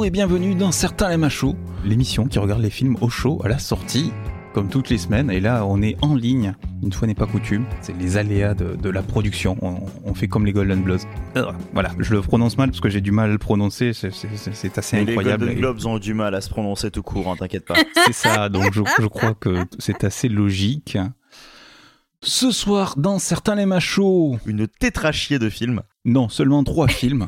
Bonjour et bienvenue dans Certains l'aiment à chaud, l'émission qui regarde les films au chaud à la sortie, comme toutes les semaines. Et là, on est en ligne, une fois n'est pas coutume. C'est les aléas de la production. On fait comme les Golden Globes. Voilà, je le prononce mal parce que j'ai du mal à le prononcer. C'est assez incroyable. Les Golden Globes ont du mal à se prononcer tout court, hein, t'inquiète pas. C'est ça, donc je crois que c'est assez logique. Ce soir, dans Certains l'aiment à chaud, une tétrachier de films. Non, seulement 3 films.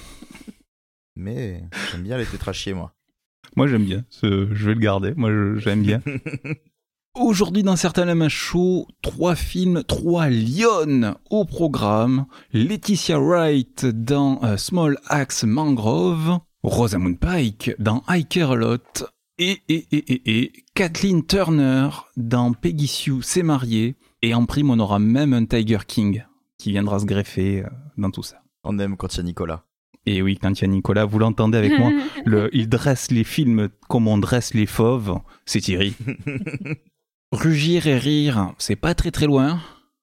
Mais j'aime bien les tétrachiers, moi. Moi, j'aime bien. Je vais le garder. Moi, j'aime bien. Aujourd'hui, dans Certains l'aiment à chaud, 3 films, 3 lionnes au programme. Laetitia Wright dans Small Axe Mangrove. Rosamund Pike dans I Care a Lot. Et Kathleen Turner dans Peggy Sue s'est mariée. Et en prime, on aura même un Tiger King qui viendra se greffer dans tout ça. On aime quand il y a Nicolas. Et oui, quand il y a Nicolas, vous l'entendez avec moi, il dresse les films comme on dresse les fauves, c'est Thierry. Rugir et rire, c'est pas très très loin.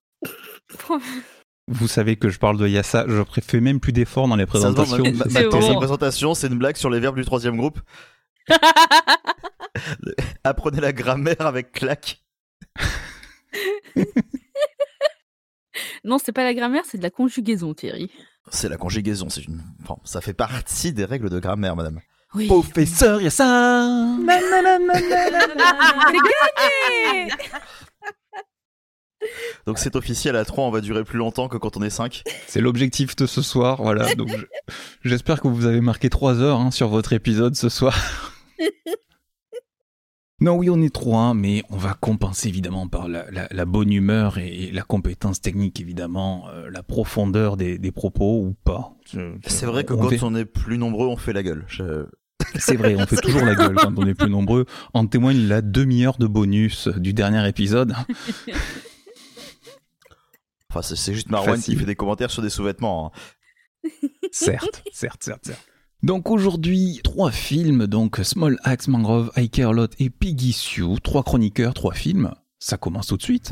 Vous savez que je parle de Yassa, je fais même plus d'efforts dans les présentations. La présentation, c'est une blague sur les verbes du 3e groupe. Apprenez la grammaire avec claque. Non, c'est pas la grammaire, c'est de la conjugaison, Thierry. C'est la conjugaison, enfin, ça fait partie des règles de grammaire, madame. Oui. Professeur Yassa. C'est gagné. Donc c'est officiel, à 3, on va durer plus longtemps que quand on est 5. C'est l'objectif de ce soir, voilà. Donc j'espère que vous avez marqué 3 heures sur votre épisode ce soir. Non, oui, on est 3, mais on va compenser évidemment par la bonne humeur et la compétence technique, évidemment, la profondeur des propos ou pas. C'est vrai que quand on est plus nombreux, on fait la gueule. C'est vrai, on fait toujours la gueule quand on est plus nombreux. En témoigne la demi-heure de bonus du dernier épisode. Enfin, c'est juste Marwan qui fait des commentaires sur des sous-vêtements. Hein. Certes. Donc aujourd'hui, 3 films, donc Small Axe Mangrove, I Care a Lot et Peggy Sue, 3 chroniqueurs, 3 films. Ça commence tout de suite.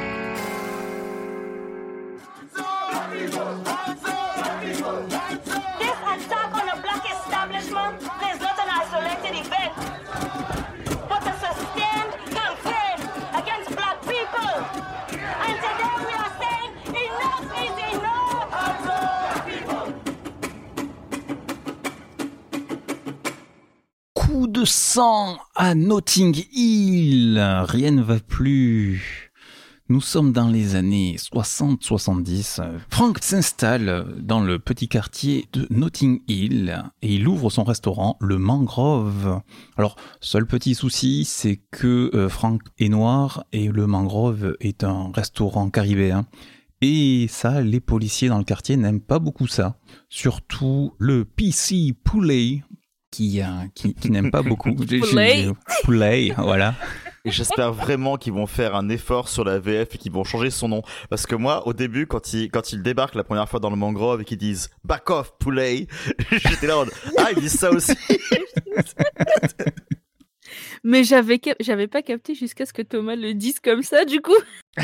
Coup de sang à Notting Hill, rien ne va plus. Nous sommes dans les années 60-70. Frank s'installe dans le petit quartier de Notting Hill et il ouvre son restaurant, le Mangrove. Alors, seul petit souci, c'est que Frank est noir et le Mangrove est un restaurant caribéen. Et ça, les policiers dans le quartier n'aiment pas beaucoup ça. Surtout le PC Poulet, qui n'aime pas beaucoup. Poulet, voilà. Et j'espère vraiment qu'ils vont faire un effort sur la VF et qu'ils vont changer son nom. Parce que moi, au début, quand ils débarquent la première fois dans le Mangrove et qu'ils disent « Back off, Poulet », j'étais là en « Ah, ils disent ça aussi !» Mais j'avais pas capté jusqu'à ce que Thomas le dise comme ça, du coup.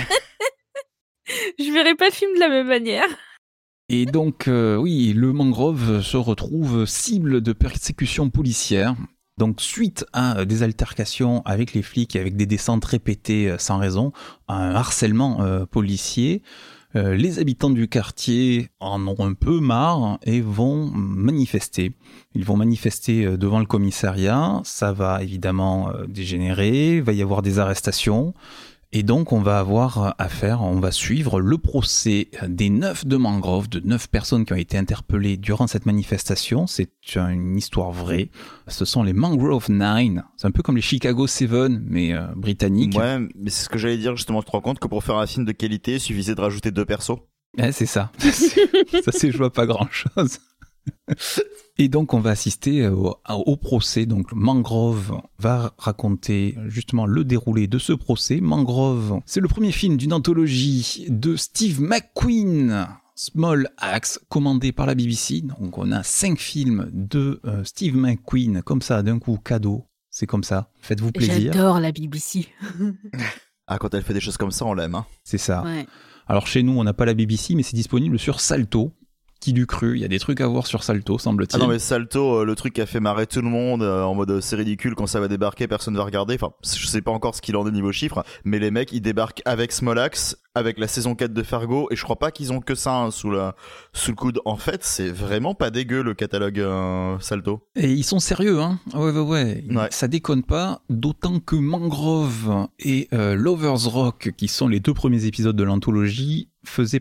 Je verrai pas le film de la même manière. Et donc, oui, le Mangrove se retrouve cible de persécutions policières. Donc, suite à des altercations avec les flics et avec des descentes répétées sans raison, un harcèlement policier, les habitants du quartier en ont un peu marre et vont manifester. Ils vont manifester devant le commissariat, ça va évidemment dégénérer, il va y avoir des arrestations. Et donc, on va suivre le procès des 9 de Mangrove, de 9 personnes qui ont été interpellées durant cette manifestation. C'est une histoire vraie. Ce sont les Mangrove 9. C'est un peu comme les Chicago 7, mais britanniques. Ouais, mais c'est ce que j'allais dire justement. Tu te rends compte que pour faire un film de qualité, il suffisait de rajouter 2 persos. Ouais, c'est ça. Ça s'éjoue à pas grand-chose. Et donc on va assister au procès. Donc Mangrove va raconter justement le déroulé de ce procès. Mangrove, c'est le premier film d'une anthologie de Steve McQueen, Small Axe, commandé par la BBC. Donc on a 5 films de Steve McQueen, comme ça d'un coup, cadeau. C'est comme ça, faites-vous plaisir. J'adore la BBC. Ah, quand elle fait des choses comme ça, on l'aime. Hein. C'est ça. Ouais. Alors chez nous, on n'a pas la BBC, mais c'est disponible sur Salto. Qui l'eût cru? Il y a des trucs à voir sur Salto, Ah semble-t-il. non mais Salto, le truc qui a fait marrer tout le monde en mode c'est ridicule quand ça va débarquer, personne va regarder. Enfin, je sais pas encore ce qu'il en est niveau chiffres, mais les mecs ils débarquent avec Smolax, avec la saison 4 de Fargo, et je crois pas qu'ils ont que ça hein, sous le coude. En fait, c'est vraiment pas dégueu le catalogue Salto. Et ils sont sérieux, hein. Ouais. Ouais. Ça déconne pas, d'autant que Mangrove et Lovers Rock, qui sont les 2 premiers épisodes de l'anthologie, font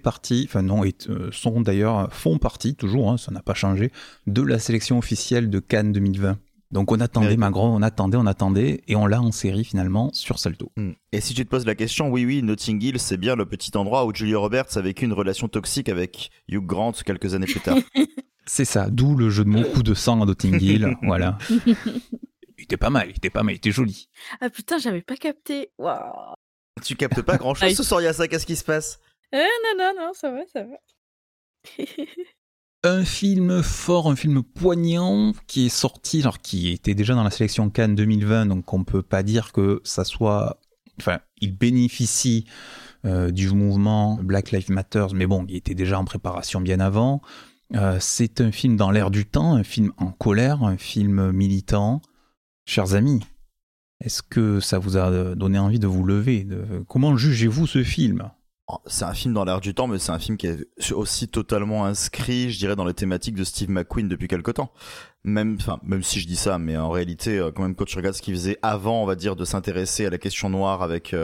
partie, toujours, hein, ça n'a pas changé, de la sélection officielle de Cannes 2020. Donc on attendait Mangrove, on attendait, et on l'a en série finalement sur Salto. Et si tu te poses la question, oui, Notting Hill, c'est bien le petit endroit où Julia Roberts a vécu une relation toxique avec Hugh Grant quelques années plus tard. C'est ça, d'où le jeu de mots coup de sang à Notting Hill, voilà. Il était pas mal, il était joli. Ah putain, j'avais pas capté. Waouh. Tu captes pas grand chose ce soir, Yassa, qu'est-ce qui se passe? Non, ça va. Un film fort, un film poignant qui est sorti, alors qui était déjà dans la sélection Cannes 2020, donc on peut pas dire que ça soit... Enfin, il bénéficie du mouvement Black Lives Matter, mais bon, il était déjà en préparation bien avant. C'est un film dans l'air du temps, un film en colère, un film militant. Chers amis, est-ce que ça vous a donné envie de vous lever? Comment jugez-vous ce film? C'est un film dans l'air du temps, mais c'est un film qui est aussi totalement inscrit, je dirais, dans les thématiques de Steve McQueen depuis quelque temps. Même si je dis ça, mais en réalité, quand même, quand tu regardes ce qu'il faisait avant, on va dire, de s'intéresser à la question noire avec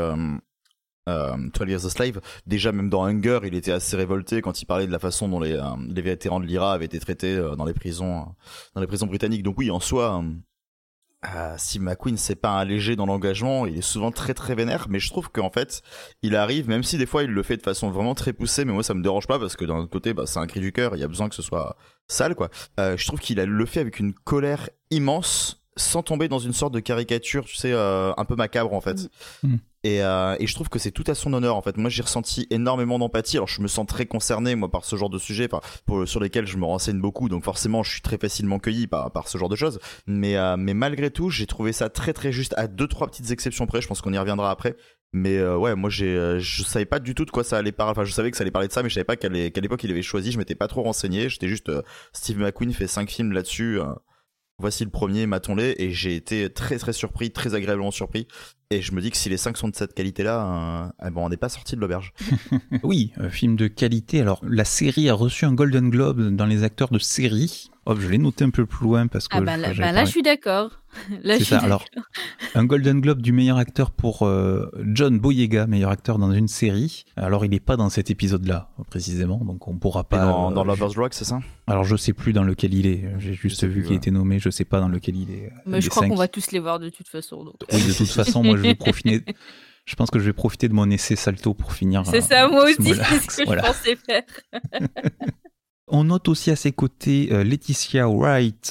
12 Years a Slave, déjà même dans Hunger, il était assez révolté quand il parlait de la façon dont les vétérans de l'IRA avaient été traités dans les prisons britanniques. Donc oui, en soi... Steve McQueen, c'est pas un léger dans l'engagement, il est souvent très très vénère, mais je trouve qu'en fait, il arrive, même si des fois il le fait de façon vraiment très poussée, mais moi ça me dérange pas parce que d'un autre côté, c'est un cri du cœur, il y a besoin que ce soit sale, quoi. Je trouve qu'il le fait avec une colère immense, sans tomber dans une sorte de caricature, tu sais, un peu macabre en fait. Et je trouve que c'est tout à son honneur en fait. Moi j'ai ressenti énormément d'empathie. Alors je me sens très concerné moi par ce genre de sujet, sur lesquels je me renseigne beaucoup, donc forcément je suis très facilement cueilli par ce genre de choses. Mais malgré tout j'ai trouvé ça très très juste, à 2-3 petites exceptions près. Je pense qu'on y reviendra après. Mais ouais, moi je savais pas du tout de quoi ça allait parler. Enfin je savais que ça allait parler de ça, mais je savais pas quelle époque il avait choisi. Je m'étais pas trop renseigné. J'étais juste Steve McQueen fait 5 films là-dessus. Voici le premier, matons-les, et j'ai été très très surpris, très agréablement surpris. Et je me dis que si les 5 sont de cette qualité-là, on n'est pas sorti de l'auberge. Oui, film de qualité. Alors, la série a reçu un Golden Globe dans les acteurs de série. Hop, je l'ai noté un peu plus loin parce que... là, je suis d'accord. C'est ça, alors, un Golden Globe du meilleur acteur pour John Boyega, meilleur acteur dans une série. Alors, il n'est pas dans cet épisode-là, précisément, donc on pourra pas... Dans Lovers Rock, c'est ça? Alors, je sais plus dans lequel il est. J'ai juste vu qu'il était nommé, je sais pas dans lequel il est. Mais je crois qu'on va tous les voir de toute façon. Donc. Oui, de toute façon, moi, je vais profiter... Je pense que je vais profiter de mon essai Salto pour finir. C'est ça, moi aussi, c'est ce que je pensais faire. On note aussi à ses côtés Laetitia Wright,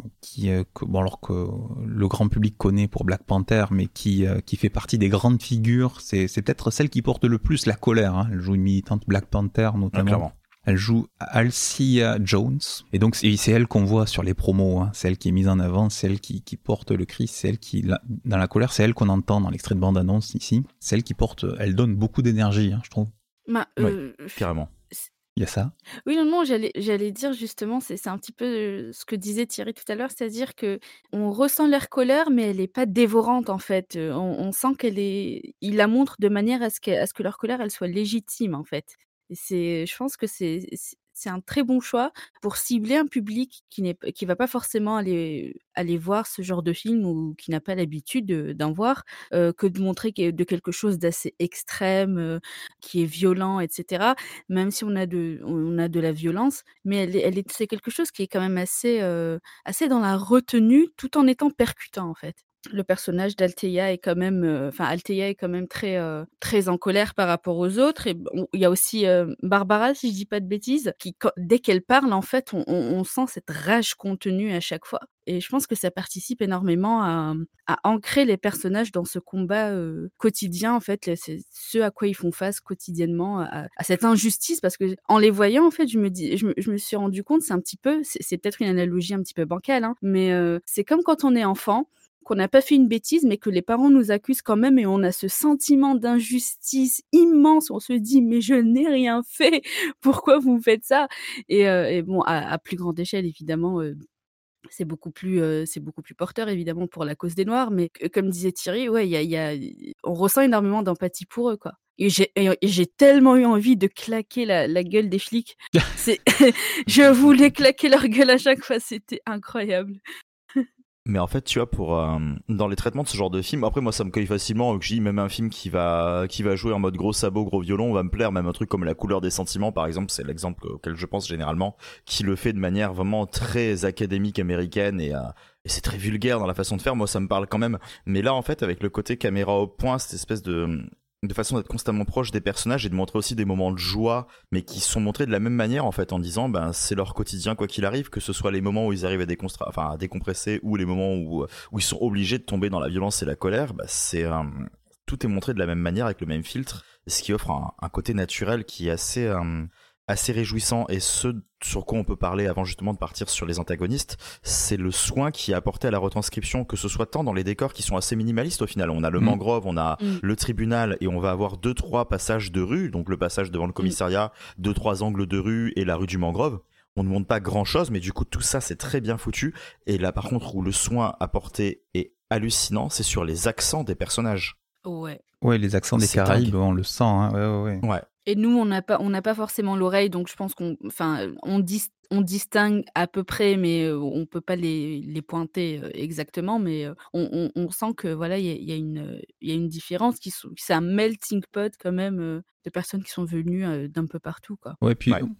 alors que le grand public connaît pour Black Panther, mais qui fait partie des grandes figures. C'est peut-être celle qui porte le plus la colère. Hein. Elle joue une militante Black Panther, notamment. Elle joue Alcia Jones. Et donc, c'est elle qu'on voit sur les promos. Hein. C'est elle qui est mise en avant, c'est elle qui porte le cri, c'est elle qui, dans la colère, c'est elle qu'on entend dans l'extrait de bande-annonce ici. C'est elle qui elle donne beaucoup d'énergie, hein, je trouve. Oui, carrément. Il y a ça. Oui, non, j'allais dire justement, c'est un petit peu ce que disait Thierry tout à l'heure, c'est-à-dire que on ressent leur colère, mais elle n'est pas dévorante en fait. On sent il la montre de manière à ce que leur colère, elle soit légitime en fait. Et je pense que c'est un très bon choix pour cibler un public qui va pas forcément aller voir ce genre de film ou qui n'a pas l'habitude d'en voir, que de montrer de quelque chose d'assez extrême, qui est violent, etc. Même si on a de la violence, mais c'est quelque chose qui est quand même assez dans la retenue, tout en étant percutant en fait. Le personnage d'Althea est quand même, Althea est quand même très, très en colère par rapport aux autres. Et il y a aussi Barbara, si je dis pas de bêtises, qui dès qu'elle parle, en fait, on sent cette rage contenue à chaque fois. Et je pense que ça participe énormément à ancrer les personnages dans ce combat quotidien, en fait, c'est ce à quoi ils font face quotidiennement, à cette injustice. Parce que en les voyant, en fait, je me suis rendu compte, c'est un petit peu, c'est peut-être une analogie un petit peu bancale, hein, mais c'est comme quand on est enfant. qu'on n'a pas fait une bêtise, mais que les parents nous accusent quand même et on a ce sentiment d'injustice immense. On se dit: «Mais je n'ai rien fait, pourquoi vous me faites ça?» Et bon, à plus grande échelle évidemment, c'est beaucoup plus porteur évidemment pour la cause des noirs, mais comme disait Thierry, ouais, on ressent énormément d'empathie pour eux, quoi. Et j'ai tellement eu envie de claquer la gueule des flics. C'est je voulais claquer leur gueule à chaque fois, c'était incroyable. Mais en fait, tu vois, dans les traitements de ce genre de film, après moi ça me cueille facilement, que je dis même un film qui va jouer en mode gros sabot, gros violon, va me plaire, même un truc comme La couleur des sentiments par exemple, c'est l'exemple auquel je pense généralement, qui le fait de manière vraiment très académique américaine et c'est très vulgaire dans la façon de faire, moi ça me parle quand même. Mais là en fait, avec le côté caméra au point, cette espèce de façon d'être constamment proche des personnages et de montrer aussi des moments de joie, mais qui sont montrés de la même manière en fait, en disant ben c'est leur quotidien quoi qu'il arrive, que ce soit les moments où ils arrivent à décompresser ou les moments où ils sont obligés de tomber dans la violence et la colère, tout est montré de la même manière avec le même filtre, ce qui offre un côté naturel qui est assez réjouissant. Et ce sur quoi on peut parler avant justement de partir sur les antagonistes, c'est le soin qui est apporté à la retranscription, que ce soit tant dans les décors qui sont assez minimalistes au final. On a le mangrove, on a le tribunal et on va avoir 2-3 passages de rue, donc le passage devant le commissariat, 2-3 angles de rue et la rue du mangrove. On ne montre pas grand chose, mais du coup tout ça c'est très bien foutu. Et là par contre où le soin apporté est hallucinant, c'est sur les accents des personnages. Ouais. Ouais, les accents des C'est Caraïbes, dingue. on le sent, hein. Ouais. Et nous, on n'a pas forcément l'oreille, donc je pense on distingue à peu près, mais on peut pas les pointer exactement, mais on sent que voilà, il y a une différence, c'est un melting pot quand même de personnes qui sont venues d'un peu partout, quoi. Ouais, puis Ouais.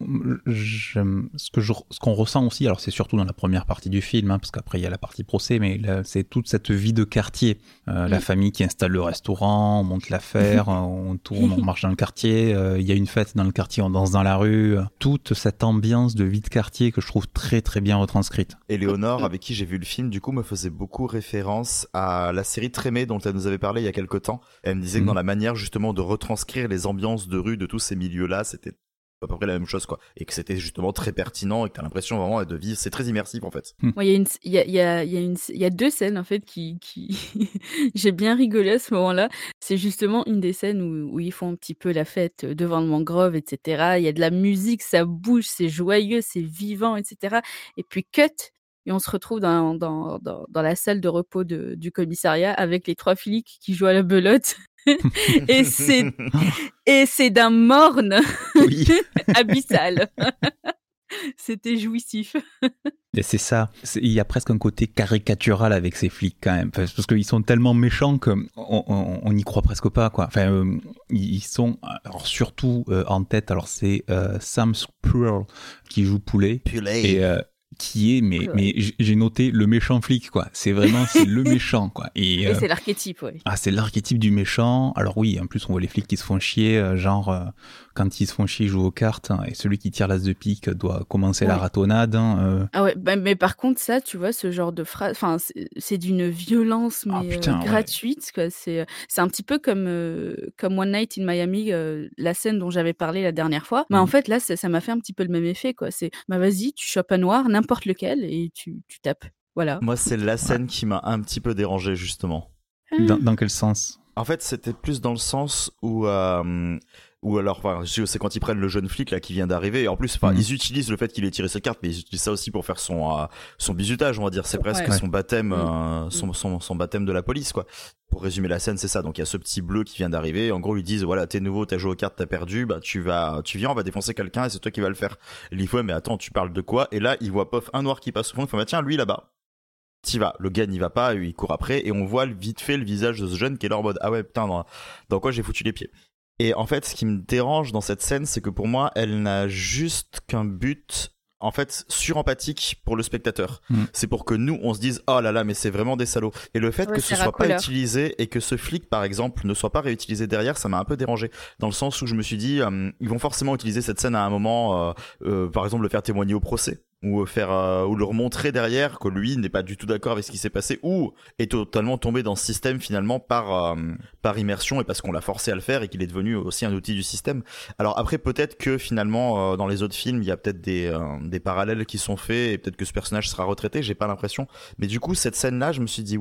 ce qu'on ressent aussi, alors c'est surtout dans la première partie du film, hein, parce qu'après il y a la partie procès, mais là, c'est toute cette vie de quartier. La famille qui installe le restaurant, on monte l'affaire, on tourne, on marche dans le quartier, il y a une fête dans le quartier, on danse dans la rue. Toute cette ambiance de vie de quartier que je trouve très très bien retranscrite. Et Léonore, avec qui j'ai vu le film, du coup, me faisait beaucoup référence à la série Trémé dont elle nous avait parlé il y a quelques temps. Elle me disait que dans la manière justement de retranscrire les ambiances de rue de tous ces milieux-là, c'était à peu près la même chose, quoi. Et que c'était justement très pertinent et que t'as l'impression vraiment de vivre. C'est très immersif, en fait. Moi, il y a 2 scènes en fait qui j'ai bien rigolé à ce moment-là. C'est justement une des scènes où ils font un petit peu la fête devant le mangrove et cetera. Il y a de la musique, ça bouge, c'est joyeux, c'est vivant et cetera et puis cut et on se retrouve dans la salle de repos du commissariat avec les 3 flics qui jouent à la belote et c'est d'un morne Oui. abyssal. C'était jouissif. Et c'est ça. Il y a presque un côté caricatural avec ces flics quand même, parce qu'ils sont tellement méchants qu'on n'y croit presque pas, quoi. Enfin, ils sont alors surtout en tête. Alors c'est Sam Spruill qui joue Poulet. Et qui est, mais j'ai noté le méchant flic, quoi. C'est le méchant, quoi. Et c'est l'archétype, ouais. Ah, c'est l'archétype du méchant. Alors oui, en plus, on voit les flics qui se font chier, quand ils se font chier, ils jouent aux cartes, hein, et celui qui tire l'as de pique doit commencer la ratonnade. Ah ouais, mais par contre, ça, tu vois, ce genre de phrase, enfin, c'est d'une violence, mais gratuite, quoi. C'est un petit peu comme One Night in Miami, la scène dont j'avais parlé la dernière fois. Mais en fait, là, ça m'a fait un petit peu le même effet, quoi. C'est, vas-y, tu chopes un noir, n'importe lequel, et tu tapes. Voilà. Moi, c'est la scène qui m'a un petit peu dérangé, justement. Dans quel sens ? En fait, c'était plus dans le sens où alors, enfin, c'est quand ils prennent le jeune flic là qui vient d'arriver. Et en plus, ils utilisent le fait qu'il ait tiré ses cartes, mais ils utilisent ça aussi pour faire son bizutage, on va dire. C'est presque son baptême, son baptême de la police, quoi. Pour résumer la scène, c'est ça. Donc il y a ce petit bleu qui vient d'arriver. En gros, ils disent voilà, t'es nouveau, t'as joué aux cartes, t'as perdu. Bah tu viens, on va défoncer quelqu'un et c'est toi qui vas le faire. Il dit ouais, mais attends, tu parles de quoi ? Et là, il voit pof un noir qui passe au fond. Il fait bah tiens, lui là-bas. T'y vas. Le gars n'y va pas, il court après et on voit vite fait le visage de ce jeune qui est là en mode ah ouais putain, dans quoi j'ai foutu les pieds. Et en fait, ce qui me dérange dans cette scène, c'est que pour moi, elle n'a juste qu'un but, en fait, surempathique pour le spectateur. C'est pour que nous, on se dise, oh là là, mais c'est vraiment des salauds. Et le fait que ce soit pas utilisé et que ce flic, par exemple, ne soit pas réutilisé derrière, ça m'a un peu dérangé. Dans le sens où je me suis dit, ils vont forcément utiliser cette scène à un moment, par exemple, le faire témoigner au procès. Ou ou leur montrer derrière que lui n'est pas du tout d'accord avec ce qui s'est passé ou est totalement tombé dans ce système finalement par immersion et parce qu'on l'a forcé à le faire et qu'il est devenu aussi un outil du système. Alors après peut-être que finalement dans les autres films il y a peut-être des parallèles qui sont faits et peut-être que ce personnage sera retraité, j'ai pas l'impression, mais du coup cette scène là je me suis dit ouais,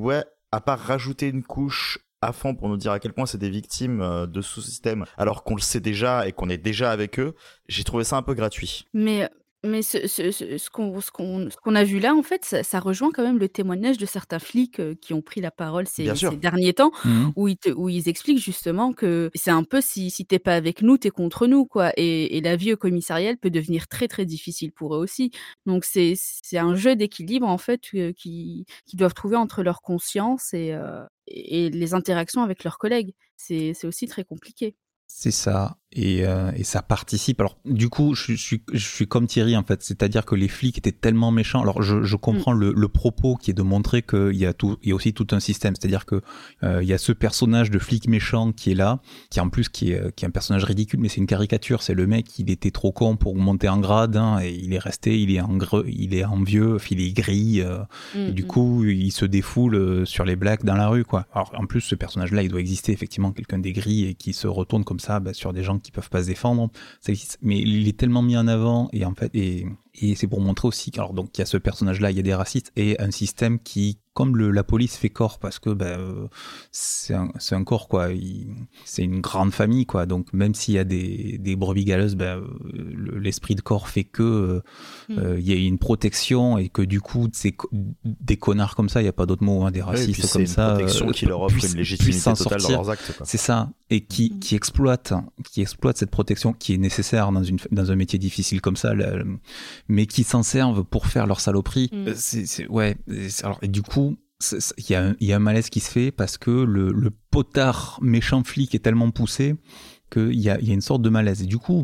à part rajouter une couche à fond pour nous dire à quel point c'est des victimes de sous-système, alors qu'on le sait déjà et qu'on est déjà avec eux, j'ai trouvé ça un peu gratuit. Mais ce qu'on a vu là, en fait, ça rejoint quand même le témoignage de certains flics, qui ont pris la parole Bien ces sûr. derniers temps, Mhm. où ils expliquent justement que c'est un peu si tu pas avec nous, tu es contre nous, quoi, et la vie au commissariat, elle peut devenir très, très difficile pour eux aussi. Donc c'est un jeu d'équilibre, en fait, qu'ils doivent trouver entre leur conscience et les interactions avec leurs collègues. C'est aussi très compliqué. C'est ça, et ça participe. Alors, du coup, je suis comme Thierry, en fait, c'est-à-dire que les flics étaient tellement méchants. Alors, je Mmh. comprends le propos qui est de montrer qu'il y a il y a aussi tout un système, c'est-à-dire que il y a ce personnage de flic méchant qui est là, qui en plus qui est un personnage ridicule, mais c'est une caricature. C'est le mec, il était trop con pour monter en grade, hein, et il est resté, il est envieux, il est gris, et Mmh du mh. coup, il se défoule sur les blacks dans la rue, quoi. Alors, en plus, ce personnage-là, il doit exister effectivement, quelqu'un d'aigri et qui se retourne comme ça sur des gens qui peuvent pas se défendre. Ça existe, mais il est tellement mis en avant, et en fait, et c'est pour montrer aussi alors donc il y a ce personnage-là, il y a des racistes et un système qui, comme la police fait corps, parce que c'est un corps, quoi. C'est une grande famille, quoi. Donc même s'il y a des brebis galeuses, l'esprit de corps fait que Mmh. il y a une protection, et que du coup des connards comme ça, il y a pas d'autre mot, hein, des Ouais, et puis racistes c'est comme une ça, protection qui leur offre puissent une légitimité s'en totale dans sortir. leurs actes, quoi. C'est ça, et Mmh. qui exploite cette protection qui est nécessaire dans un métier difficile comme ça, mais qui s'en servent pour faire leur saloperie. Mmh. Ouais. Alors, et du coup, il y a un malaise qui se fait parce que le potard méchant flic est tellement poussé qu'il y a une sorte de malaise. Et du coup,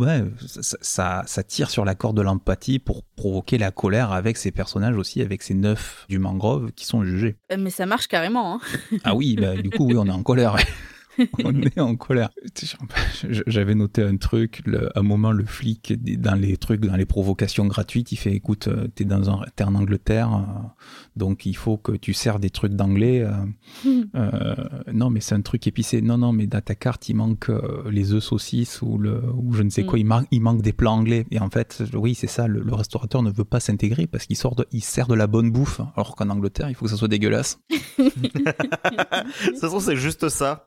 ça tire sur la corde de l'empathie pour provoquer la colère avec ces personnages aussi, avec ces 9 du mangrove qui sont jugés. Mais ça marche carrément, hein. Ah oui, du coup, oui, on est en colère. On est en colère. J'avais noté un truc, un moment, le flic, dans les provocations gratuites, il fait, écoute, t'es en Angleterre, donc il faut que tu sers des trucs d'anglais. Non, mais c'est un truc épicé. Non, mais dans ta carte, il manque les œufs saucisses ou je ne sais quoi, il manque des plats anglais. Et en fait, oui, c'est ça, le restaurateur ne veut pas s'intégrer parce il sert de la bonne bouffe, alors qu'en Angleterre, il faut que ça soit dégueulasse. De toute façon, c'est juste ça.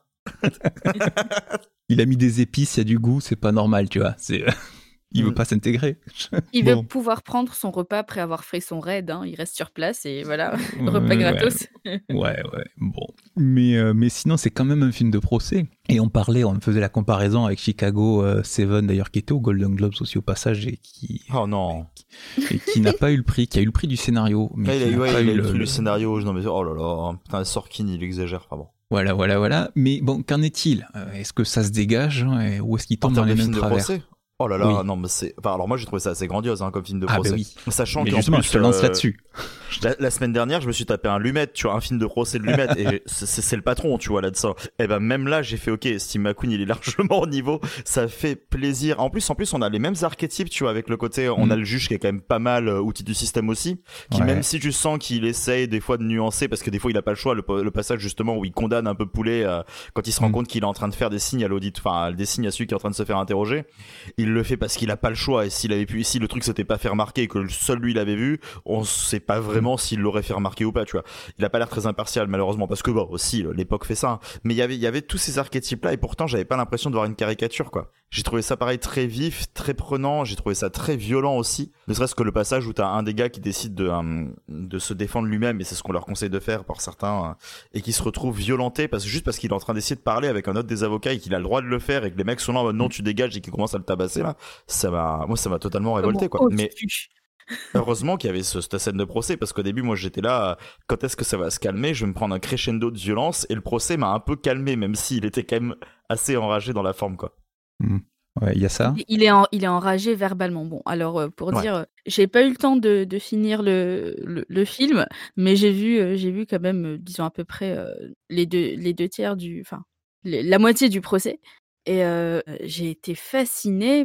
Il a mis des épices, il y a du goût, c'est pas normal, tu vois. Il veut pas s'intégrer. Il veut pouvoir prendre son repas après avoir fait son raid, hein. Il reste sur place et voilà, repas Ouais, gratos. ouais, bon. Mais sinon, c'est quand même un film de procès. Et on faisait la comparaison avec Chicago 7, d'ailleurs, qui était au Golden Globes aussi au passage, et Oh non. qui n'a pas eu le prix, qui a eu le prix du scénario. Mais Il qui n'a pas a eu eu le prix du scénario. Non, mais oh là là. Putain, Sorkin, il exagère, pardon. Voilà. Mais bon, qu'en est-il? Est-ce que ça se dégage, hein, ou est-ce qu'il tombe dans les mêmes travers? Procès. Oh là là, Oui. non, mais c'est. Enfin, alors moi, j'ai trouvé ça assez grandiose, hein, comme film de Ah procès. bah oui. Sachant Mais qu'en justement, plus, je te lance là-dessus. La semaine dernière, je me suis tapé un Lumet, tu vois, un film de procès de Lumet, et c'est le patron, tu vois, là-dedans. Et ben, même là, j'ai fait, ok, Steve McQueen, il est largement au niveau, ça fait plaisir. En plus, on a les mêmes archétypes, tu vois, avec le côté, on a le juge qui est quand même pas mal outil du système aussi, qui Ouais. même si tu sens qu'il essaye des fois de nuancer, parce que des fois, il a pas le choix, le passage justement où il condamne un peu Poulet, quand il se rend compte qu'il est en train de faire des signes à l'audit, enfin, des signes à celui qui est en train de se faire interroger, il le fait parce qu'il a pas le choix, et s'il avait pu, si le truc s'était pas fait remarquer et que seul lui l'avait vu, on sait pas vraiment s'il l'aurait fait remarquer ou pas, tu vois. Il a pas l'air très impartial, malheureusement, parce que bon, aussi, l'époque fait ça, hein. Mais il y avait tous ces archétypes-là, et pourtant, j'avais pas l'impression de voir une caricature, quoi. J'ai trouvé ça pareil très vif, très prenant, j'ai trouvé ça très violent aussi. Ne serait-ce que le passage où t'as un des gars qui décide de se défendre lui-même, et c'est ce qu'on leur conseille de faire par certains, et qui se retrouve violenté juste parce qu'il est en train d'essayer de parler avec un autre des avocats et qu'il a le droit de le faire, et que les mecs sont là en mode non, tu dégages, et qu'ils commencent à le tabasser, là. Moi, ça m'a totalement révolté, quoi. Mais heureusement qu'il y avait cette scène de procès, parce qu'au début, moi, j'étais là, quand est-ce que ça va se calmer? Je vais me prendre un crescendo de violence, et le procès m'a un peu calmé, même s'il était quand même assez enragé dans la forme, quoi. Ouais, il y a ça. Il est enragé verbalement. Bon, alors, pour dire, j'ai pas eu le temps de finir le film, mais j'ai vu quand même, disons à peu près, les deux tiers enfin, la moitié du procès, et j'ai été fascinée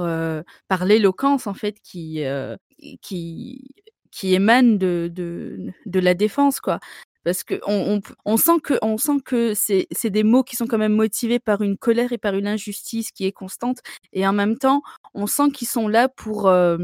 par l'éloquence, en fait, qui émane de la défense, quoi. Parce qu'on sent que c'est des mots qui sont quand même motivés par une colère et par une injustice qui est constante, et en même temps, on sent qu'ils sont là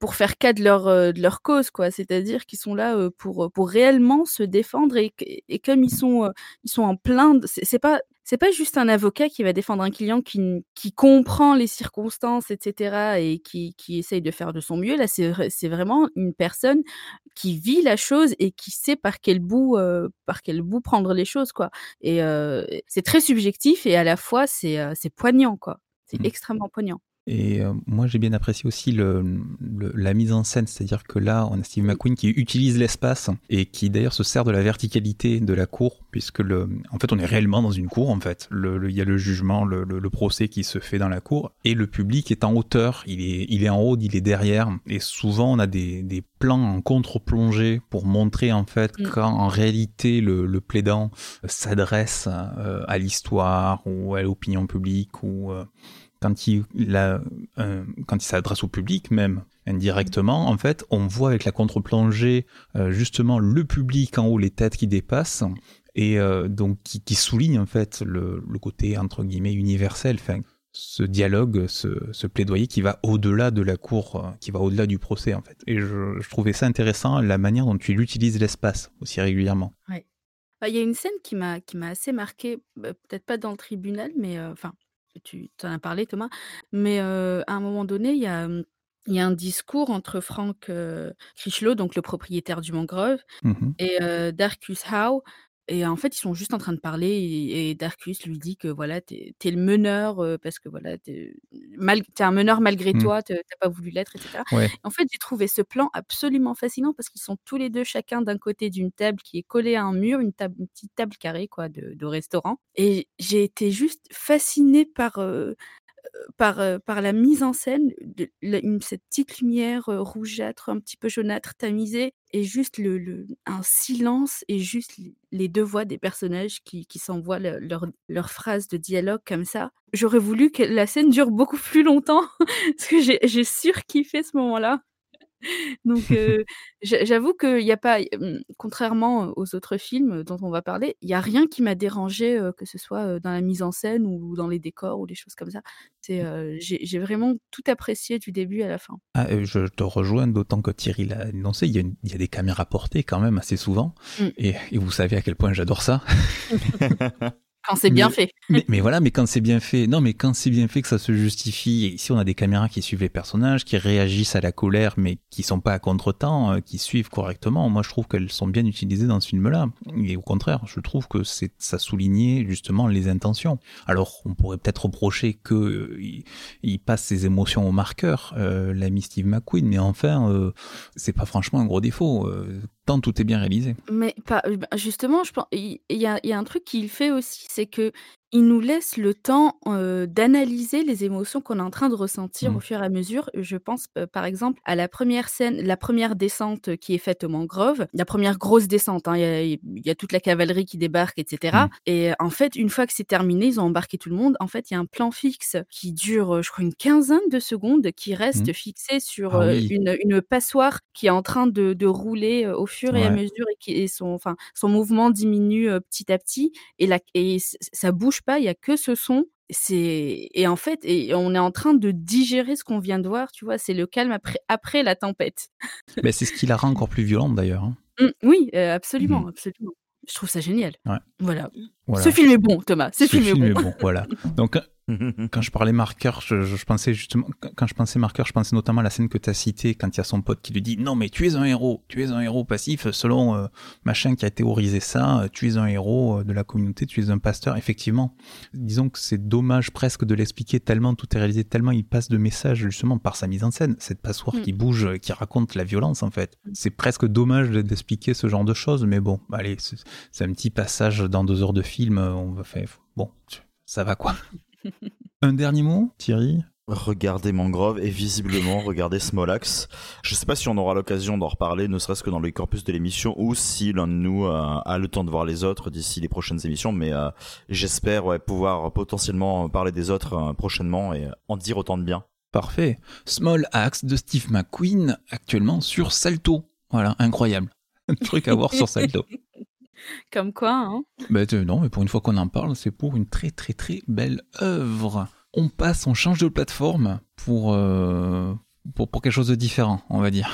pour faire cas de leur cause, quoi. C'est-à-dire qu'ils sont là, pour réellement se défendre et comme ils sont en plein d c'est pas juste un avocat qui va défendre un client qui comprend les circonstances et cetera et qui essaye de faire de son mieux. Là, c'est vraiment une personne qui vit la chose et qui sait par quel bout prendre les choses, quoi et c'est très subjectif et à la fois c'est poignant, quoi. C'est extrêmement poignant. Et moi, j'ai bien apprécié aussi la mise en scène, c'est-à-dire que là, on a Steve McQueen qui utilise l'espace et qui d'ailleurs se sert de la verticalité de la cour, puisque en fait, on est réellement dans une cour, en fait. Il y a le jugement, le procès qui se fait dans la cour, et le public est en hauteur, il est en haut, il est derrière, et souvent, on a des plans en contre-plongée pour montrer, en fait, quand en réalité, le plaidant s'adresse à l'histoire ou à l'opinion publique ou... quand il s'adresse au public même indirectement, en fait, on voit avec la contre-plongée justement le public en haut, les têtes qui dépassent et donc qui souligne en fait le côté entre guillemets universel, enfin ce dialogue, ce plaidoyer qui va au-delà de la cour, qui va au-delà du procès en fait. Et je trouvais ça intéressant la manière dont il utilise l'espace aussi régulièrement. Ouais. Bah, il y a une scène qui m'a assez marquée, peut-être pas dans le tribunal, mais enfin. Tu en as parlé, Thomas, mais à un moment donné, il y a un discours entre Frank Critchlow, donc le propriétaire du Mangrove, et Darcus Howe. Et en fait, ils sont juste en train de parler et Darcus lui dit que voilà, t'es le meneur parce que voilà, t'es un meneur malgré toi, t'as pas voulu l'être, etc. Ouais. En fait, j'ai trouvé ce plan absolument fascinant parce qu'ils sont tous les deux chacun d'un côté d'une table qui est collée à un mur, une petite table carrée quoi de restaurant. Et j'ai été juste fascinée par la mise en scène, cette petite lumière rougeâtre, un petit peu jaunâtre, tamisée, et juste un silence et juste les deux voix des personnages qui s'envoient leurs phrases de dialogue comme ça. J'aurais voulu que la scène dure beaucoup plus longtemps parce que j'ai surkiffé ce moment-là. Donc j'avoue qu'il y a pas contrairement aux autres films dont on va parler, il y a rien qui m'a dérangée, que ce soit, dans la mise en scène ou dans les décors ou des choses comme ça. J'ai vraiment tout apprécié du début à la fin. Ah, je te rejoins, d'autant que Thierry l'a annoncé, il y a des caméras portées quand même assez souvent, et vous savez à quel point j'adore ça. Quand c'est bien fait. Mais voilà, mais quand c'est bien fait, non, mais quand c'est bien fait que ça se justifie, et ici on a des caméras qui suivent les personnages, qui réagissent à la colère, mais qui sont pas à contre-temps, qui suivent correctement. Moi, je trouve qu'elles sont bien utilisées dans ce film-là. Et au contraire, je trouve que ça soulignait justement les intentions. Alors, on pourrait peut-être reprocher que il passe ses émotions au marqueur, l'ami Steve McQueen, mais enfin, c'est pas franchement un gros défaut. Tant tout est bien réalisé. Mais justement, je pense il y a un truc qu'il fait aussi, c'est que il nous laisse le temps, d'analyser les émotions qu'on est en train de ressentir au fur et à mesure. Je pense, par exemple, à la première scène, la première descente qui est faite au Mangrove, la première grosse descente, hein. Il y a toute la cavalerie qui débarque et cetera et en fait, une fois que c'est terminé, ils ont embarqué tout le monde. En fait, il y a un plan fixe qui dure, je crois une quinzaine de secondes qui reste fixé sur, une passoire qui est en train de rouler, au fur et à mesure et son mouvement diminue, petit à petit et ça bouge pas, il y a que ce son. Et en fait on est en train de digérer ce qu'on vient de voir, tu vois? C'est le calme après la tempête. Mais c'est ce qui la rend encore plus violente d'ailleurs. Hein. Oui, absolument, absolument. Je trouve ça génial. Ouais. Voilà. Ce film est bon, Thomas. Ce film est bon. Voilà. Donc, quand je parlais marqueur, je pensais justement, quand je pensais marqueur, je pensais notamment à la scène que tu as citée quand il y a son pote qui lui dit non, mais tu es un héros passif, selon machin qui a théorisé ça, tu es un héros de la communauté, tu es un pasteur. Effectivement, disons que c'est dommage presque de l'expliquer tellement tout est réalisé, tellement il passe de messages justement par sa mise en scène, cette passoire qui bouge, qui raconte la violence en fait. C'est presque dommage d'expliquer ce genre de choses, mais bon, allez, c'est un petit passage dans 2 heures de film, on va faire, bon, ça va quoi. Un dernier mot, Thierry ? Regardez Mangrove et visiblement regardez Small Axe. Je sais pas si on aura l'occasion d'en reparler, ne serait-ce que dans le corpus de l'émission, ou si l'un de nous a le temps de voir les autres d'ici les prochaines émissions, mais j'espère pouvoir potentiellement parler des autres prochainement et en dire autant de bien. Parfait. Small Axe de Steve McQueen, actuellement sur Salto. Voilà, incroyable. Un truc à voir sur Salto. Comme quoi, hein. Non, mais pour une fois qu'on en parle, c'est pour une très très très belle œuvre. On change de plateforme pour pour quelque chose de différent, on va dire.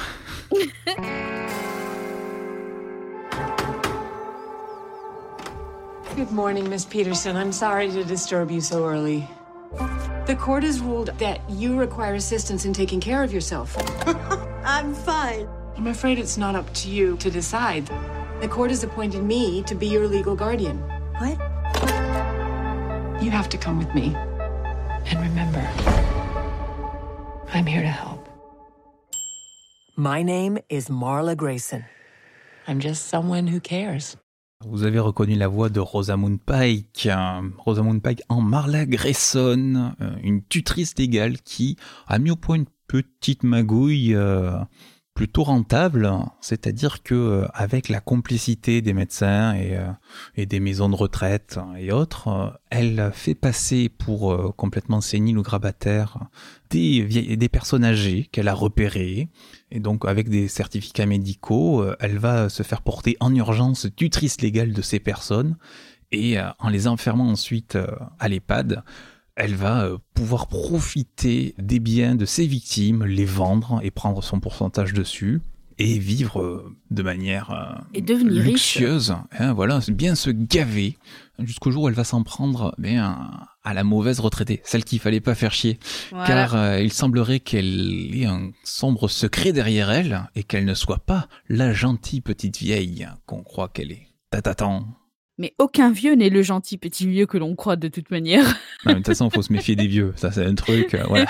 Good morning, Miss Peterson. I'm sorry to disturb you so early. The court has ruled that you require assistance in taking care of yourself. I'm fine. I'm afraid it's not up to you to decide. The court has appointed me to be your legal guardian. What? You have to come with me. And remember, I'm here to help. My name is Marla Grayson. I'm just someone who cares. Vous avez reconnu la voix de Rosamund Pike. Rosamund Pike en Marla Grayson, une tutrice légale qui a mis au point une petite magouille plutôt rentable, c'est-à-dire que avec la complicité des médecins et des maisons de retraite et autres, elle fait passer pour complètement séniles ou grabataires des personnes âgées qu'elle a repérées, et donc avec des certificats médicaux, elle va se faire porter en urgence tutrice légale de ces personnes, et en les enfermant ensuite à l'EHPAD, elle va pouvoir profiter des biens de ses victimes, les vendre et prendre son pourcentage dessus, et vivre de manière et devenir luxueuse, hein, voilà, bien se gaver, jusqu'au jour où elle va s'en prendre à la mauvaise retraitée, celle qu'il fallait pas faire chier, Voilà. car il semblerait qu'elle ait un sombre secret derrière elle, et qu'elle ne soit pas la gentille petite vieille qu'on croit qu'elle est. Tatatan. Mais aucun vieux n'est le gentil petit vieux que l'on croit de toute manière. Non, mais de toute façon, faut se méfier des vieux. Ça, c'est un truc, voilà.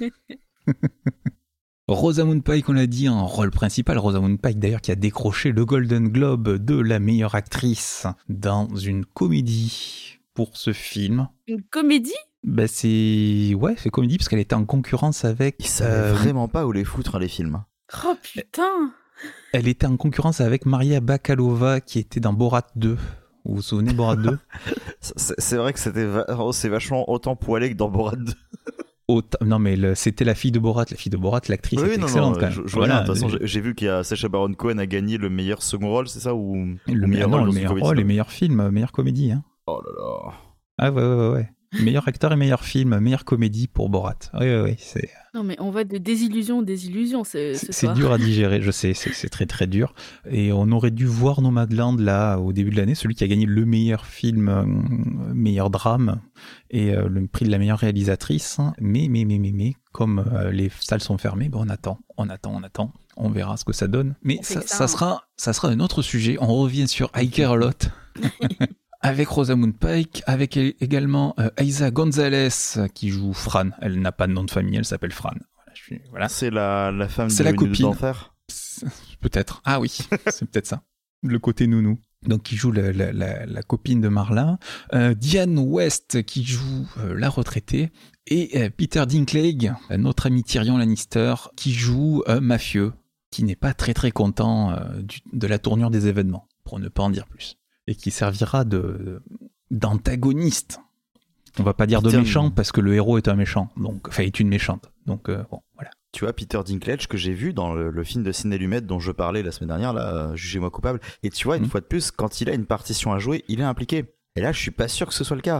Rosamund Pike, on l'a dit, en rôle principal. Rosamund Pike, d'ailleurs, qui a décroché le Golden Globe de la meilleure actrice dans une comédie pour ce film. Une comédie ? Ben, c'est comédie, parce qu'elle était en concurrence avec... Ils savaient vraiment pas où les foutre, hein, les films. Oh putain ! Elle était en concurrence avec Maria Bakalova, qui était dans Borat 2. Vous vous souvenez de Borat 2 ? C'est vrai que c'est vachement autant poilé que dans Borat 2. Non, mais c'était la fille de Borat. La fille de Borat, l'actrice, Oui, est non, excellente non, quand même. je vois bien. De toute façon, j'ai vu qu'il y a Sacha Baron Cohen a gagné le meilleur second rôle, c'est ça, ou le meilleur rôle, les meilleurs films, meilleure comédie. Hein. Oh là là. Ah ouais. Meilleur acteur et meilleur film, meilleure comédie pour Borat. Oui, c'est... Non mais on va de désillusion en désillusion ce C'est soir. dur à digérer, je sais, c'est très très dur. Et on aurait dû voir Nomadland là au début de l'année, celui qui a gagné le meilleur film, meilleur drame et le prix de la meilleure réalisatrice. Mais comme les salles sont fermées, on attend. On verra ce que ça donne. Mais ça sera un autre sujet. On revient sur I Care a Lot. Avec Rosamund Pike, avec également Eiza González qui joue Fran. Elle n'a pas de nom de famille, elle s'appelle Fran. Voilà. C'est la femme C'est de la copine d'enfer. Peut-être. Ah oui, c'est peut-être ça. Le côté nounou. Donc qui joue la copine de Marla. Diane West qui joue la retraitée. Et Peter Dinklage, notre ami Tyrion Lannister, qui joue un mafieux qui n'est pas très très content de la tournure des événements, pour ne pas en dire plus. Et qui servira d'antagoniste. On va pas dire de méchant, parce que le héros est un méchant, est une méchante. Donc voilà. Tu vois, Peter Dinklage, que j'ai vu dans le film de Sidney Lumet dont je parlais la semaine dernière, là, Jugez-moi coupable. Et tu vois, une fois de plus, quand il a une partition à jouer, il est impliqué. Et là, je suis pas sûr que ce soit le cas.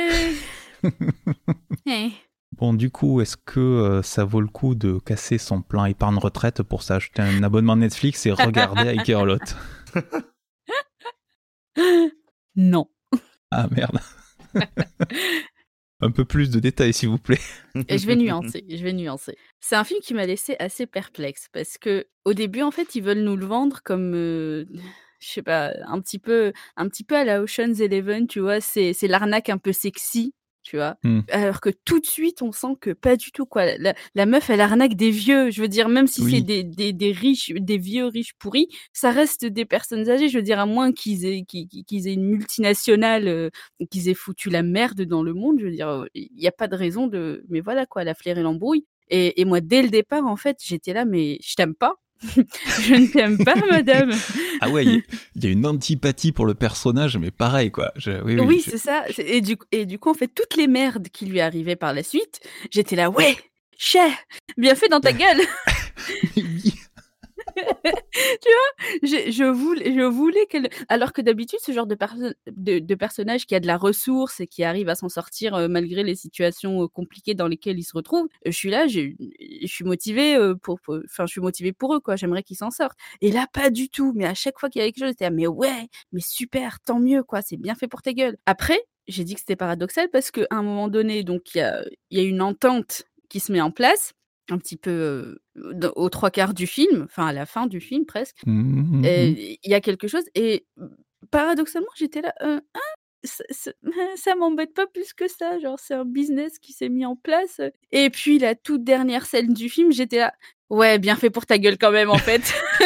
Bon, du coup, est-ce que ça vaut le coup de casser son plan épargne retraite pour s'acheter un abonnement Netflix et regarder I Care a Lot ? Non. Ah merde. Un peu plus de détails, s'il vous plaît. Et je vais nuancer. C'est un film qui m'a laissé assez perplexe parce que au début, en fait, ils veulent nous le vendre comme, je sais pas, un petit peu à la Ocean's 11, tu vois. C'est l'arnaque un peu sexy. Tu vois, alors que tout de suite on sent que pas du tout quoi. La meuf elle arnaque des vieux, je veux dire même si c'est des riches, des vieux riches pourris, ça reste des personnes âgées. Je veux dire à moins qu'ils aient une multinationale, qu'ils aient foutu la merde dans le monde. Je veux dire il y a pas de raison de. Mais voilà quoi, la flair et l'embrouille. Et moi dès le départ en fait j'étais là mais je t'aime pas. Je ne t'aime pas, madame. Ah ouais, il y a une antipathie pour le personnage, mais pareil, quoi. Oui, c'est ça. Et du coup, en fait, toutes les merdes qui lui arrivaient par la suite, j'étais là, ouais, chais, bien fait dans ta gueule. Tu vois, je voulais qu'elle. Alors que d'habitude, ce genre de personnage qui a de la ressource et qui arrive à s'en sortir malgré les situations compliquées dans lesquelles ils se retrouvent, je suis là, je suis motivée je suis motivée pour eux, quoi. J'aimerais qu'ils s'en sortent. Et là, pas du tout. Mais à chaque fois qu'il y a quelque chose, j'étais là, mais ouais, mais super, tant mieux, quoi. C'est bien fait pour ta gueule. Après, j'ai dit que c'était paradoxal parce qu'à un moment donné, donc il y a une entente qui se met en place, un petit peu aux 3/4 du film, enfin à la fin du film presque. Il y a quelque chose et paradoxalement, j'étais là, ça m'embête pas plus que ça, genre c'est un business qui s'est mis en place. Et puis la toute dernière scène du film, j'étais là, ouais, bien fait pour ta gueule quand même en fait.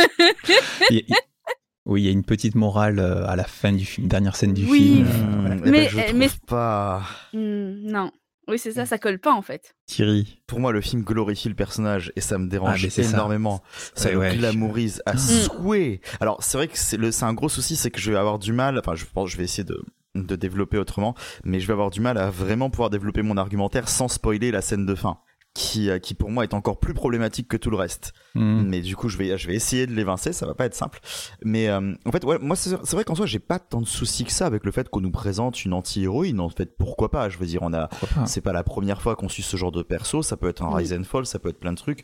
Oui, il y a une petite morale à la fin du film, dernière scène du Oui, film. mais je trouve pas. Non. Oui, c'est ça colle pas en fait. Thierry. Pour moi, le film glorifie le personnage et ça me dérange énormément. Ça le glamourise à souhait. Alors, c'est vrai que c'est un gros souci, c'est que je vais avoir du mal. Enfin, je pense que je vais essayer de développer autrement, mais je vais avoir du mal à vraiment pouvoir développer mon argumentaire sans spoiler la scène de fin, qui pour moi est encore plus problématique que tout le reste. Mais du coup, je vais essayer de l'évincer, ça va pas être simple. Mais en fait, ouais, moi c'est vrai qu'en soi, j'ai pas tant de soucis que ça avec le fait qu'on nous présente une anti-héroïne. En fait, pourquoi pas ? Je veux dire, c'est pas la première fois qu'on suit ce genre de perso. Ça peut être un Rise and Fall, ça peut être plein de trucs.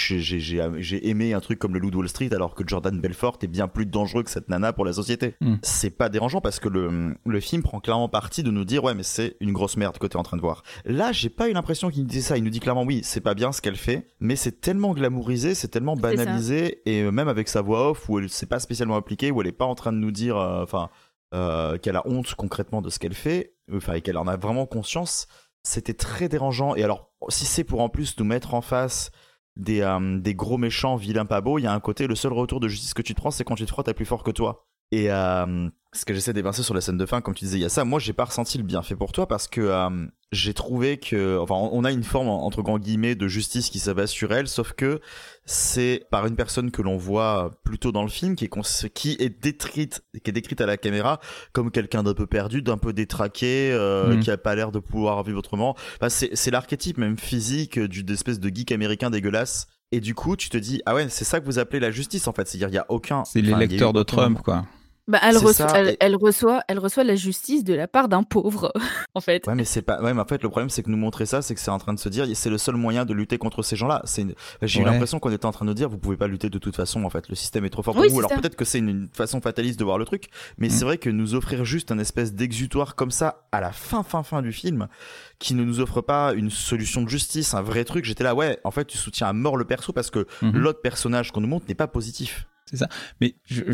J'ai aimé un truc comme le Loup de Wall Street, alors que Jordan Belfort est bien plus dangereux que cette nana pour la société. C'est pas dérangeant parce que le film prend clairement parti de nous dire ouais, mais c'est une grosse merde que t'es en train de voir. Là, j'ai pas eu l'impression qu'il nous disait ça. Il nous dit clairement oui, c'est pas bien ce qu'elle fait, mais c'est tellement glamourisé, c'est tellement banalisé, et même avec sa voix off où elle s'est pas spécialement appliquée, où elle est pas en train de nous dire qu'elle a honte concrètement de ce qu'elle fait, et qu'elle en a vraiment conscience, c'était très dérangeant. Et alors si c'est pour en plus nous mettre en face des gros méchants vilains pas beaux, il y a un côté, le seul retour de justice que tu te prends, c'est quand tu te frottes à plus fort que toi. Et ce que j'essaie d'évincer sur la scène de fin, comme tu disais, il y a ça. Moi, j'ai pas ressenti le bienfait pour toi parce que j'ai trouvé que, enfin, on a une forme entre grands guillemets de justice qui s'abat sur elle, sauf que c'est par une personne que l'on voit plutôt dans le film, qui est décrite à la caméra comme quelqu'un d'un peu perdu, d'un peu détraqué, qui a pas l'air de pouvoir vivre autrement. Enfin, c'est l'archétype même physique d'une espèce de geek américain dégueulasse. Et du coup, tu te dis, ah ouais, c'est ça que vous appelez la justice, en fait. C'est-à-dire, il y a aucun... C'est l'électeur de Trump, quoi. Bah, elle reçoit la justice de la part d'un pauvre, en fait. Ouais, mais c'est pas. Ouais, mais en fait, le problème, c'est que nous montrer ça, c'est que c'est en train de se dire, c'est le seul moyen de lutter contre ces gens-là. J'ai eu l'impression qu'on était en train de nous dire, vous pouvez pas lutter de toute façon, en fait. Le système est trop fort pour vous. Alors peut-être que c'est une façon fataliste de voir le truc, mais c'est vrai que nous offrir juste un espèce d'exutoire comme ça à la fin du film, qui ne nous offre pas une solution de justice, un vrai truc. J'étais là, ouais, en fait, tu soutiens à mort le perso parce que l'autre personnage qu'on nous montre n'est pas positif. C'est ça. Mais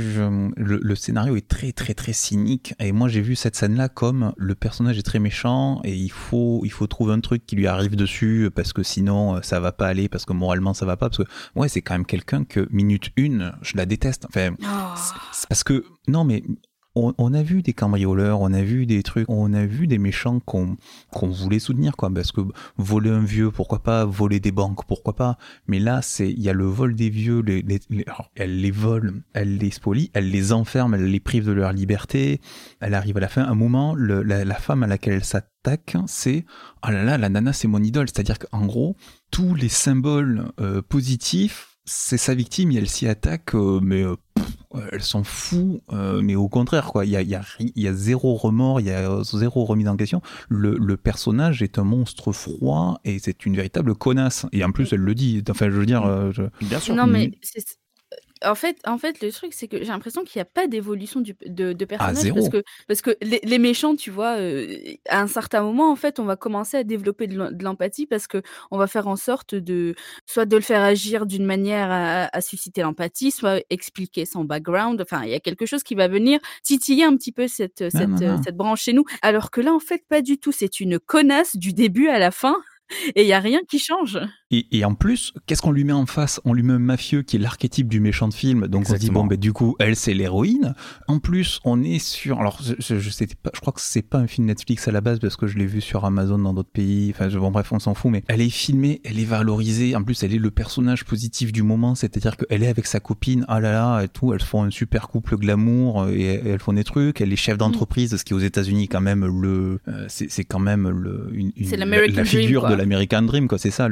le scénario est très très très cynique, et moi j'ai vu cette scène-là comme le personnage est très méchant et il faut trouver un truc qui lui arrive dessus parce que sinon ça va pas aller, parce que moralement ça va pas, parce que ouais, c'est quand même quelqu'un que minute 1 je la déteste. Enfin, c'est parce que non mais on a vu des cambrioleurs, on a vu des trucs, on a vu des méchants qu'on voulait soutenir, quoi, parce que voler un vieux, pourquoi pas, voler des banques, pourquoi pas, mais là, il y a le vol des vieux, alors, elle les vole, elle les spolie, elle les enferme, elle les prive de leur liberté, elle arrive à la fin, à un moment, la femme à laquelle elle s'attaque, c'est, oh là là, la nana, c'est mon idole, c'est-à-dire qu'en gros, tous les symboles positifs, c'est sa victime, et elle s'y attaque, mais elle s'en fout, mais au contraire, quoi. Il y a zéro remords, il y a zéro remise en question. Le personnage est un monstre froid et c'est une véritable connasse. Et en plus, elle le dit. Enfin, je veux dire, bien sûr. Non, mais en fait, le truc, c'est que j'ai l'impression qu'il n'y a pas d'évolution de personnage. Zéro. Parce que les méchants, tu vois, à un certain moment, en fait, on va commencer à développer de l'empathie parce qu'on va faire en sorte soit de le faire agir d'une manière à susciter l'empathie, soit expliquer son background. Enfin, il y a quelque chose qui va venir titiller un petit peu cette branche chez nous. Alors que là, en fait, pas du tout. C'est une connasse du début à la fin. Et il n'y a rien qui change. Et en plus, qu'est-ce qu'on lui met en face ? On lui met un mafieux qui est l'archétype du méchant de film. Donc on se dit, bon, du coup, elle, c'est l'héroïne. En plus, on est sur... Alors, je sais pas, je crois que c'est pas un film Netflix à la base, parce que je l'ai vu sur Amazon dans d'autres pays. Enfin, bon, bref, on s'en fout. Mais elle est filmée, elle est valorisée. En plus, elle est le personnage positif du moment. C'est-à-dire qu'elle est avec sa copine, ah là là, et tout. Elles font un super couple glamour, et elles font des trucs. Elle est chef d'entreprise, ce qui aux États-Unis quand même c'est quand même c'est l'American la figure Dream, de l'American Dream, quoi. C'est ça, l'entrepreneur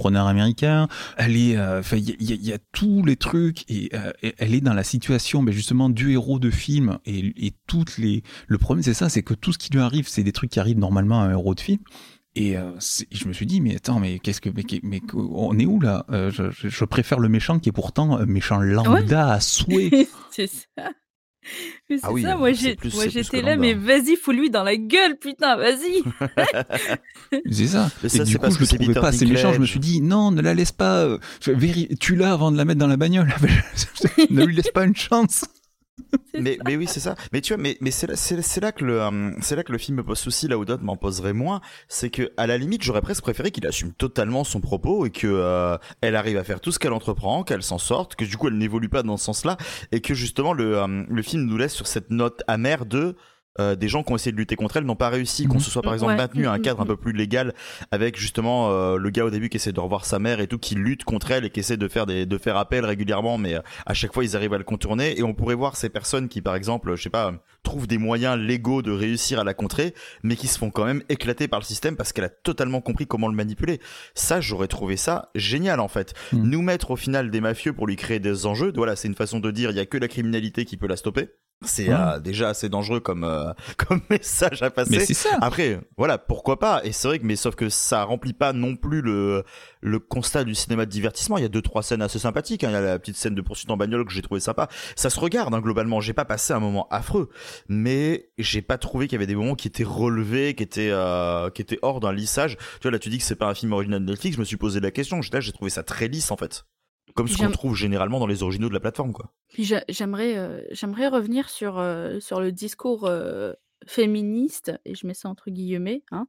entrepreneur américain. Elle est, il y a tous les trucs et elle est dans la situation, justement, du héros de film et toutes les. Le problème, c'est ça, c'est que tout ce qui lui arrive, c'est des trucs qui arrivent normalement à un héros de film. Et je me suis dit, mais attends, mais on est où là? Je préfère le méchant qui est pourtant un méchant lambda à souhait. C'est ça. Mais c'est oui, ça, moi c'est plus j'étais que là, lambda. mais vas-y, fous-lui dans la gueule, putain, vas-y. C'est ça. Mais Et ça, du c'est coup, parce je que le c'est trouvais Peter pas assez méchant. Je me suis dit, non, ne la laisse pas. Tue-la avant de la mettre dans la bagnole. Ne lui laisse pas une chance. Mais oui, c'est ça. Mais tu vois, mais c'est là que le film me pose souci, là où d'autres m'en poseraient moins. C'est que, à la limite, j'aurais presque préféré qu'il assume totalement son propos et que elle arrive à faire tout ce qu'elle entreprend, qu'elle s'en sorte, que du coup elle n'évolue pas dans ce sens-là, et que justement le film nous laisse sur cette note amère de des gens qui ont essayé de lutter contre elle n'ont pas réussi, qu'on se soit par exemple maintenu à un cadre un peu plus légal avec justement le gars au début qui essaie de revoir sa mère et tout, qui lutte contre elle et qui essaie de faire appel régulièrement, mais à chaque fois ils arrivent à le contourner. Et on pourrait voir ces personnes qui par exemple, je sais pas, trouvent des moyens légaux de réussir à la contrer, mais qui se font quand même éclater par le système parce qu'elle a totalement compris comment le manipuler. Ça, j'aurais trouvé ça génial en fait. Nous mettre au final des mafieux pour lui créer des enjeux, voilà, c'est une façon de dire il y a que la criminalité qui peut la stopper. C'est déjà assez dangereux comme message à passer. Mais c'est ça. Après, voilà, pourquoi pas. Et c'est vrai que, mais sauf que ça remplit pas non plus le constat du cinéma de divertissement. Il y a 2-3 scènes assez sympathiques. Il y a la petite scène de poursuite en bagnole que j'ai trouvé sympa. Ça se regarde globalement. J'ai pas passé un moment affreux, mais j'ai pas trouvé qu'il y avait des moments qui étaient relevés, qui étaient hors d'un lissage. Tu vois, là tu dis que c'est pas un film original de Netflix. Je me suis posé la question. J'ai trouvé ça très lisse en fait. Comme ce qu'on trouve généralement dans les originaux de la plateforme, quoi. Puis j'aimerais revenir sur le discours féministe, et je mets ça entre guillemets, hein,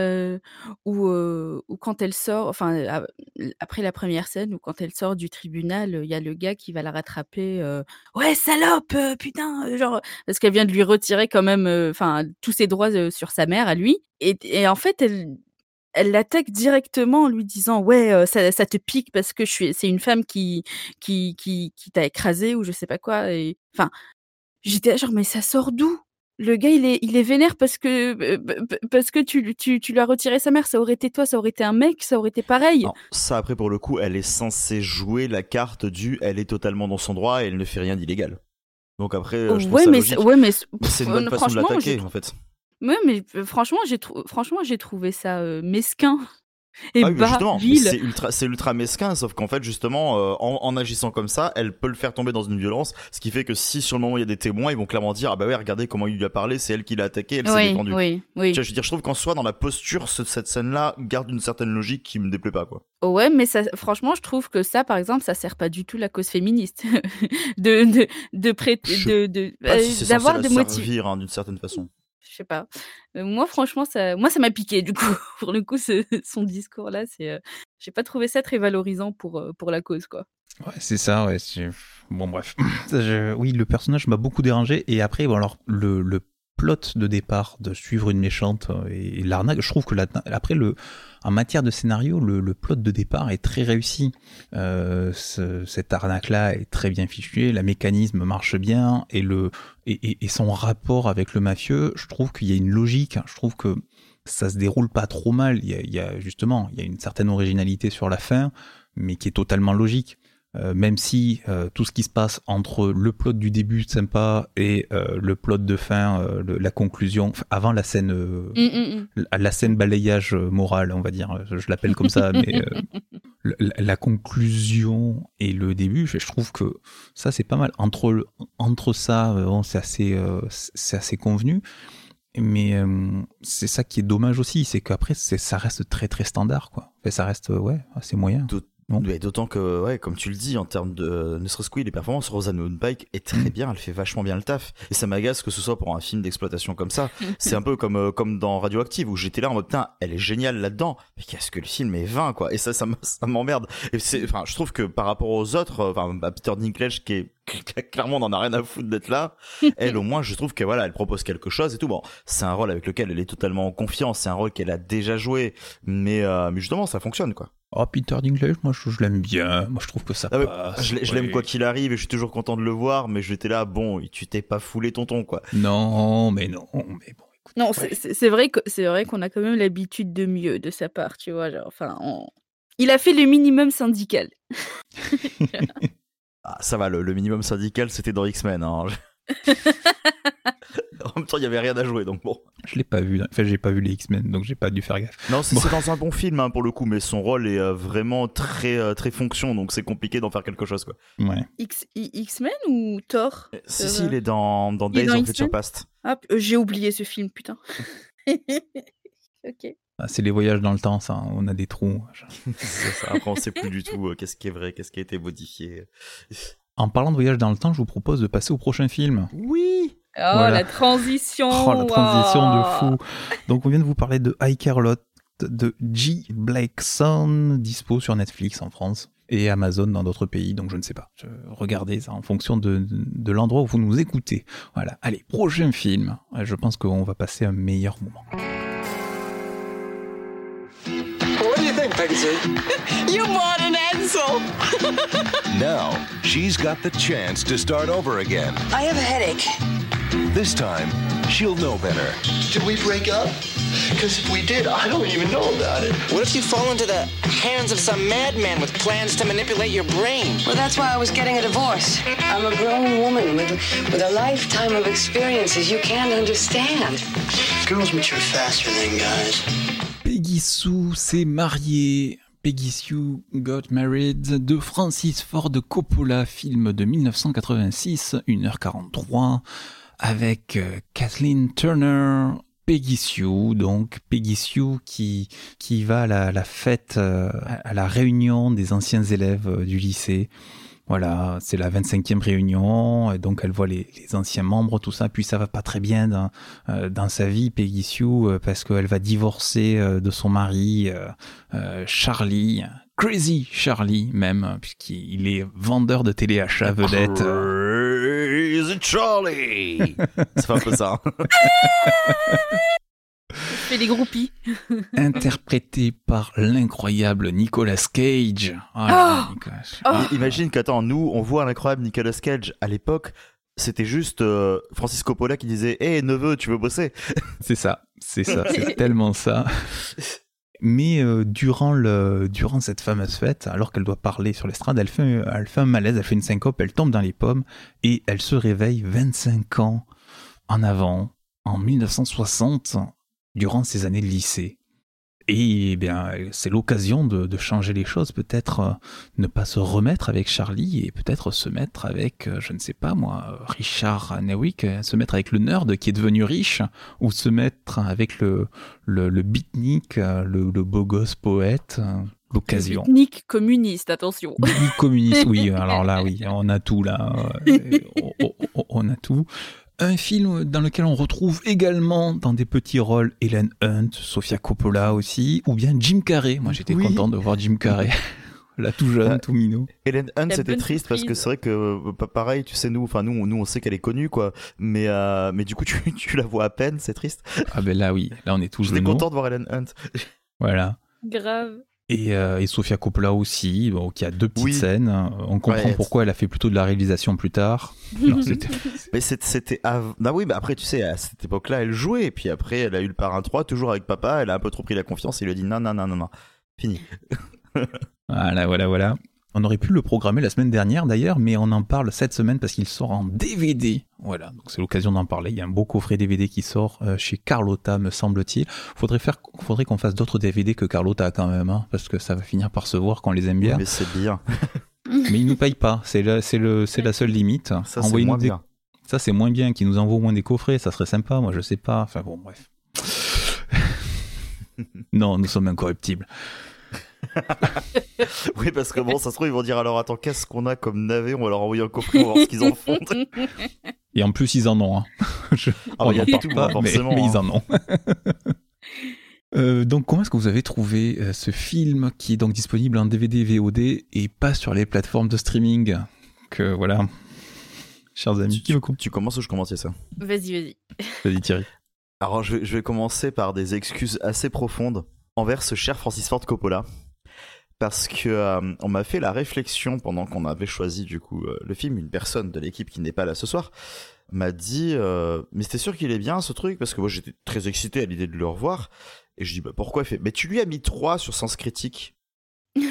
où quand elle sort, enfin après la première scène, où quand elle sort du tribunal, il y a le gars qui va la rattraper, ouais salope, putain, genre parce qu'elle vient de lui retirer quand même, enfin tous ses droits sur sa mère à lui, et en fait elle l'attaque directement en lui disant ouais ça te pique parce que c'est une femme qui t'a écrasé ou je sais pas quoi, et enfin j'étais là genre mais ça sort d'où? Le gars il est vénère parce que tu lui as retiré sa mère. Ça aurait été toi, ça aurait été un mec, ça aurait été pareil. Non, ça après pour le coup elle est censée jouer la carte du elle est totalement dans son droit et elle ne fait rien d'illégal. Donc après je trouve ça logique. Mais c'est une bonne façon de l'attaquer en fait. Ouais, mais franchement, j'ai trouvé ça mesquin et Ah oui, mais justement, vil. c'est ultra mesquin, sauf qu'en fait, justement, en agissant comme ça, elle peut le faire tomber dans une violence, ce qui fait que si sur le moment il y a des témoins, ils vont clairement dire ah bah ouais, regardez comment il lui a parlé, c'est elle qui l'a attaqué, elle s'est défendue. Oui. Tu vois, je veux dire, je trouve qu'en soi, dans la posture, cette scène-là garde une certaine logique qui me déplaît pas, quoi. Ouais, mais ça, franchement, je trouve que ça, par exemple, ça sert pas du tout la cause féministe d'avoir des motifs, servir d'une certaine façon. Je sais pas. Moi, franchement, ça m'a piqué, du coup. Pour le coup, son discours-là, j'ai pas trouvé ça très valorisant pour la cause, quoi. Ouais, c'est ça, ouais. Bon, bref. Oui, le personnage m'a beaucoup dérangé. Et après, bon, alors, le plot de départ de suivre une méchante et l'arnaque, je trouve que après, en matière de scénario, le plot de départ est très réussi. Cette arnaque-là est très bien fichue, le mécanisme marche bien, et son rapport avec le mafieux, je trouve qu'il y a une logique, je trouve que ça se déroule pas trop mal. Il y a une certaine originalité sur la fin, mais qui est totalement logique. Même si tout ce qui se passe entre le plot du début sympa et le plot de fin, la conclusion, avant la scène, la scène balayage moral, on va dire, je l'appelle comme ça, mais la conclusion et le début, je trouve que ça c'est pas mal. Entre ça, bon, c'est assez convenu. Mais c'est ça qui est dommage aussi, c'est qu'après ça reste très très standard, quoi. Enfin, ça reste assez moyen. D'autant que, ouais, comme tu le dis, en termes de ne serait-ce que les performances, Rosamund Pike est très bien, elle fait vachement bien le taf. Et ça m'agace que ce soit pour un film d'exploitation comme ça. C'est un peu comme dans Radioactive, où j'étais là en mode, putain, elle est géniale là-dedans. Mais qu'est-ce que le film est vain, quoi. Et ça m'emmerde. Et je trouve que par rapport aux autres, Peter Dinklage qui clairement n'en a rien à foutre d'être là, elle au moins je trouve que voilà, elle propose quelque chose et tout. Bon, c'est un rôle avec lequel elle est totalement en confiance, c'est un rôle qu'elle a déjà joué, mais justement ça fonctionne, quoi. Oh, Peter Dinklage, moi je l'aime bien, moi je trouve que ça passe. Je l'aime quoi qu'il arrive et je suis toujours content de le voir, mais j'étais là, bon, tu t'es pas foulé tonton, quoi. Non, mais bon. Écoute, non, c'est vrai qu'on a quand même l'habitude de mieux de sa part, tu vois, genre, enfin Il a fait le minimum syndical. Ah, ça va, le minimum syndical, c'était dans X-Men. Hein. En même temps, il y avait rien à jouer, donc bon. Je l'ai pas vu. Enfin, j'ai pas vu les X-Men, donc j'ai pas dû faire gaffe. Non, c'est dans un bon film hein, pour le coup, mais son rôle est vraiment très très fonction, donc c'est compliqué d'en faire quelque chose, quoi. Ouais. X-Men ou Thor? Si, il est dans Il est Days dans of X-Men Future Past. Ah, j'ai oublié ce film, putain. Ok. Ah, c'est les voyages dans le temps, ça. On a des trous. C'est ça. Après, on sait plus du tout qu'est-ce qui est vrai, qu'est-ce qui a été modifié. En parlant de voyage dans le temps, je vous propose de passer au prochain film. Oui. Oh, Voilà. la transition. Oh, la transition wow. de fou. Donc, on vient de vous parler de I Care a Lot de G. Blakeson, dispo sur Netflix en France et Amazon dans d'autres pays, donc je ne sais pas. Regardez ça en fonction de l'endroit où vous nous écoutez. Voilà. Allez, prochain film. Je pense qu'on va passer un meilleur moment. What do you think, Peggy Sue? You bought an Edsel. Now, she's got the chance to start over again. I have a headache. This time, she'll know better. Did we break up? Because if we did, I don't even know about it. What if you fall into the hands of some madman with plans to manipulate your brain? Well, that's why I was getting a divorce. I'm a grown woman with a lifetime of experiences you can't understand. Girls mature faster than guys. Peggy Sue s'est mariée. Peggy Sue Got Married de Francis Ford Coppola, film de 1986, 1h43, avec Kathleen Turner. Peggy Sue, donc Peggy Sue qui va à la fête, à la réunion des anciens élèves du lycée. Voilà, c'est la 25e réunion, et donc elle voit les anciens membres, tout ça, puis ça va pas très bien dans sa vie, Peggy Sue, parce qu'elle va divorcer de son mari, Charlie, Crazy Charlie même, puisqu'il est vendeur de téléachat vedette. Crazy Charlie. C'est un peu ça. Fait des groupies. Interprété par l'incroyable Nicolas Cage. Voilà, Nicolas. Imagine qu'attends, nous, on voit l'incroyable Nicolas Cage à l'époque. C'était juste Francis Coppola qui disait « Hé, neveu, tu veux bosser ?» C'est ça, c'est tellement ça. Mais durant cette fameuse fête, alors qu'elle doit parler sur l'estrade, elle fait un malaise, elle fait une syncope, elle tombe dans les pommes et elle se réveille 25 ans en avant, en 1960, durant ses années de lycée. Et bien, c'est l'occasion de changer les choses, peut-être ne pas se remettre avec Charlie et peut-être se mettre avec, je ne sais pas moi, Richard Newick, se mettre avec le nerd qui est devenu riche, ou se mettre avec le beatnik, le beau gosse poète, l'occasion. Beatnik communiste, attention. Beatnik communiste, oui, alors là, oui, on a tout là, on a tout. Un film dans lequel on retrouve également dans des petits rôles Helen Hunt, Sofia Coppola aussi, ou bien Jim Carrey. Moi j'étais content de voir Jim Carrey, là tout jeune, tout minot. Helen Hunt c'était triste parce que c'est vrai que pareil, tu sais nous on sait qu'elle est connue quoi, mais du coup tu la vois à peine, c'est triste. Ah ben là oui, là on est tous J'étais content de voir Helen Hunt. Voilà. Grave. Et Sofia Coppola aussi, bon, qui a deux petites scènes. On comprend pourquoi elle a fait plutôt de la réalisation plus tard. Non, mais c'était ah oui, mais après tu sais à cette époque-là elle jouait et puis après elle a eu le Parrain 3 toujours avec papa, elle a un peu trop pris la confiance et il lui a dit non, fini. Voilà. On aurait pu le programmer la semaine dernière d'ailleurs, mais on en parle cette semaine parce qu'il sort en DVD. Voilà, donc c'est l'occasion d'en parler. Il y a un beau coffret DVD qui sort chez Carlotta, me semble-t-il. Faudrait qu'on fasse d'autres DVD que Carlotta quand même, hein, parce que ça va finir par se voir qu'on les aime bien. Oui, mais c'est bien. Mais ils nous payent pas, c'est la seule limite. Ça c'est moins bien. Ça c'est moins bien, qu'ils nous envoient au moins des coffrets, ça serait sympa, moi je sais pas. Enfin bon, bref. Non, nous sommes incorruptibles. Oui, parce que bon, ça se trouve, ils vont dire alors attends, qu'est-ce qu'on a comme navet? On va leur envoyer un coffret, on va voir ce qu'ils en font. Et en plus, ils en ont. Hein. Il y a tout, pas, forcément. Mais ils en ont. Donc, comment est-ce que vous avez trouvé ce film qui est donc disponible en DVD et VOD et pas sur les plateformes de streaming? Que voilà, chers amis, tu commences ou je commence, c'est ça? Vas-y. Vas-y, Thierry. Alors, je vais commencer par des excuses assez profondes envers ce cher Francis Ford Coppola. Parce que on m'a fait la réflexion pendant qu'on avait choisi du coup le film, une personne de l'équipe qui n'est pas là ce soir m'a dit mais c'était sûr qu'il est bien ce truc, parce que moi j'étais très excité à l'idée de le revoir et je dis bah pourquoi? Il fait mais tu lui as mis 3 sur Sens Critique.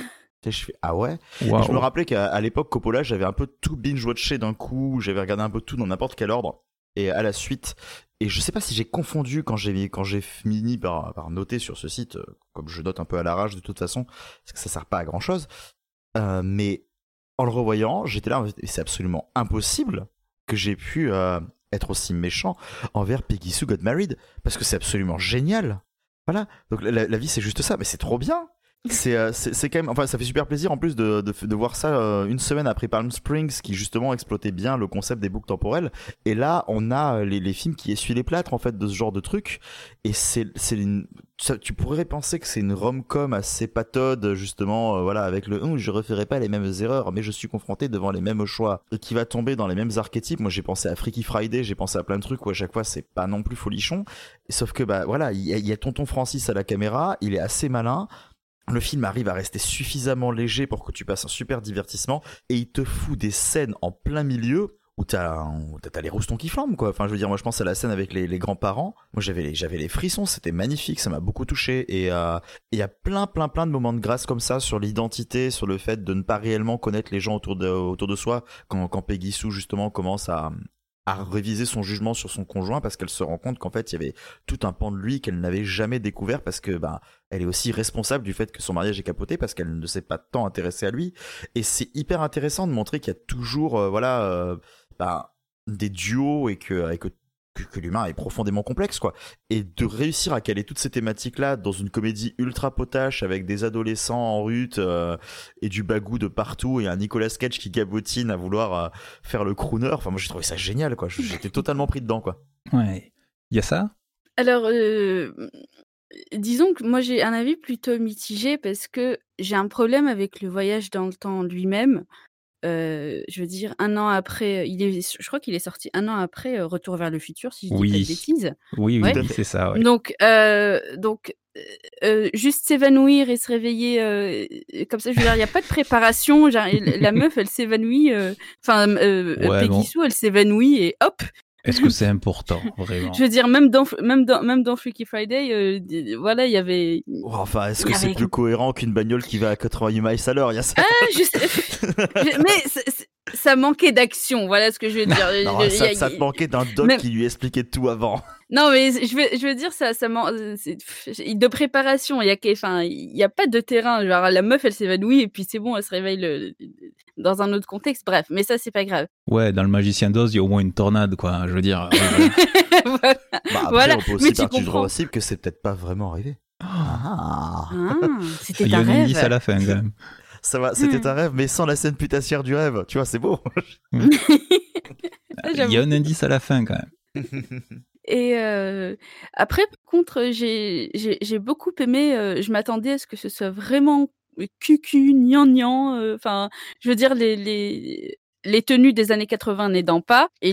Et je fais ah ouais. Wow. Et je me rappelais qu'à l'époque Coppola, j'avais un peu tout binge-watché d'un coup, j'avais regardé un peu tout dans n'importe quel ordre et à la suite. Et je sais pas si j'ai confondu quand j'ai fini par noter sur ce site, comme je note un peu à l'arrache de toute façon, parce que ça sert pas à grand chose. Mais en le revoyant, j'étais là, et c'est absolument impossible que j'ai pu être aussi méchant envers Peggy Sue Got Married, parce que c'est absolument génial. Voilà, donc la vie c'est juste ça, mais c'est trop bien. C'est quand même, enfin ça fait super plaisir en plus de voir ça une semaine après Palm Springs qui justement exploitait bien le concept des boucles temporelles, et là on a les films qui essuient les plâtres en fait de ce genre de truc, et tu pourrais penser que c'est une rom-com assez patode justement, voilà, avec le je referai pas les mêmes erreurs mais je suis confronté devant les mêmes choix, et qui va tomber dans les mêmes archétypes. Moi j'ai pensé à Freaky Friday, j'ai pensé à plein de trucs où à chaque fois c'est pas non plus folichon, sauf que bah voilà, il y a tonton Francis à la caméra, il est assez malin. Le film arrive à rester suffisamment léger pour que tu passes un super divertissement, et il te fout des scènes en plein milieu où t'as les roustons qui flambent, quoi. Enfin, je veux dire, moi je pense à la scène avec les grands-parents. Moi j'avais les frissons, c'était magnifique, ça m'a beaucoup touché. Et il y a plein de moments de grâce comme ça sur l'identité, sur le fait de ne pas réellement connaître les gens autour de soi, quand Peggy Sue justement commence à réviser son jugement sur son conjoint, parce qu'elle se rend compte qu'en fait il y avait tout un pan de lui qu'elle n'avait jamais découvert, parce que elle est aussi responsable du fait que son mariage est capoté, parce qu'elle ne s'est pas tant intéressée à lui. Et c'est hyper intéressant de montrer qu'il y a toujours des duos, et que l'humain est profondément complexe, quoi. Et de réussir à caler toutes ces thématiques-là dans une comédie ultra potache avec des adolescents en rut et du bagou de partout, et un Nicolas Cage qui gabotine à vouloir faire le crooner. Enfin, moi j'ai trouvé ça génial, quoi. J'étais totalement pris dedans, quoi. Ouais. Il y a ça ? Alors, disons que moi j'ai un avis plutôt mitigé, parce que j'ai un problème avec le voyage dans le temps lui-même. Je veux dire, un an après, je crois qu'il est sorti un an après Retour vers le futur, si je dis pas de bêtises. Oui, Ouais. c'est ça. Ouais. Donc, juste s'évanouir et se réveiller comme ça, je veux dire, il n'y a pas de préparation. Genre, la meuf, elle s'évanouit. Peggy Sue, elle s'évanouit et hop. Est-ce que c'est important, vraiment ? Je veux dire, même dans Freaky Friday, voilà, il y avait. Enfin, est-ce que c'est plus cohérent qu'une bagnole qui va à 88 miles à l'heure ? Il y a ça. Je sais. Mais ça manquait d'action, voilà ce que je veux dire. Non, ça te manquait d'un doc qui lui expliquait tout avant. Non, mais je veux dire, de préparation. Il y a pas de terrain. Genre, la meuf, elle s'évanouit et puis c'est bon, elle se réveille dans un autre contexte. Bref, mais ça, c'est pas grave. Ouais, dans Le Magicien d'Oz, il y a au moins une tornade, quoi. Je veux dire. Voilà. Après, on peut aussi partir du principe que c'est peut-être pas vraiment arrivé. C'était il y un a un rêve. indice à la fin, quand même. Ça va, c'était un rêve, mais sans la scène putassière du rêve. Tu vois, c'est beau. Il y a un indice à la fin, quand même. Et après, par contre, j'ai beaucoup aimé. Je m'attendais à ce que ce soit vraiment cucu, gnangnan. Enfin, je veux dire, les tenues des années 80 n'aidant pas, et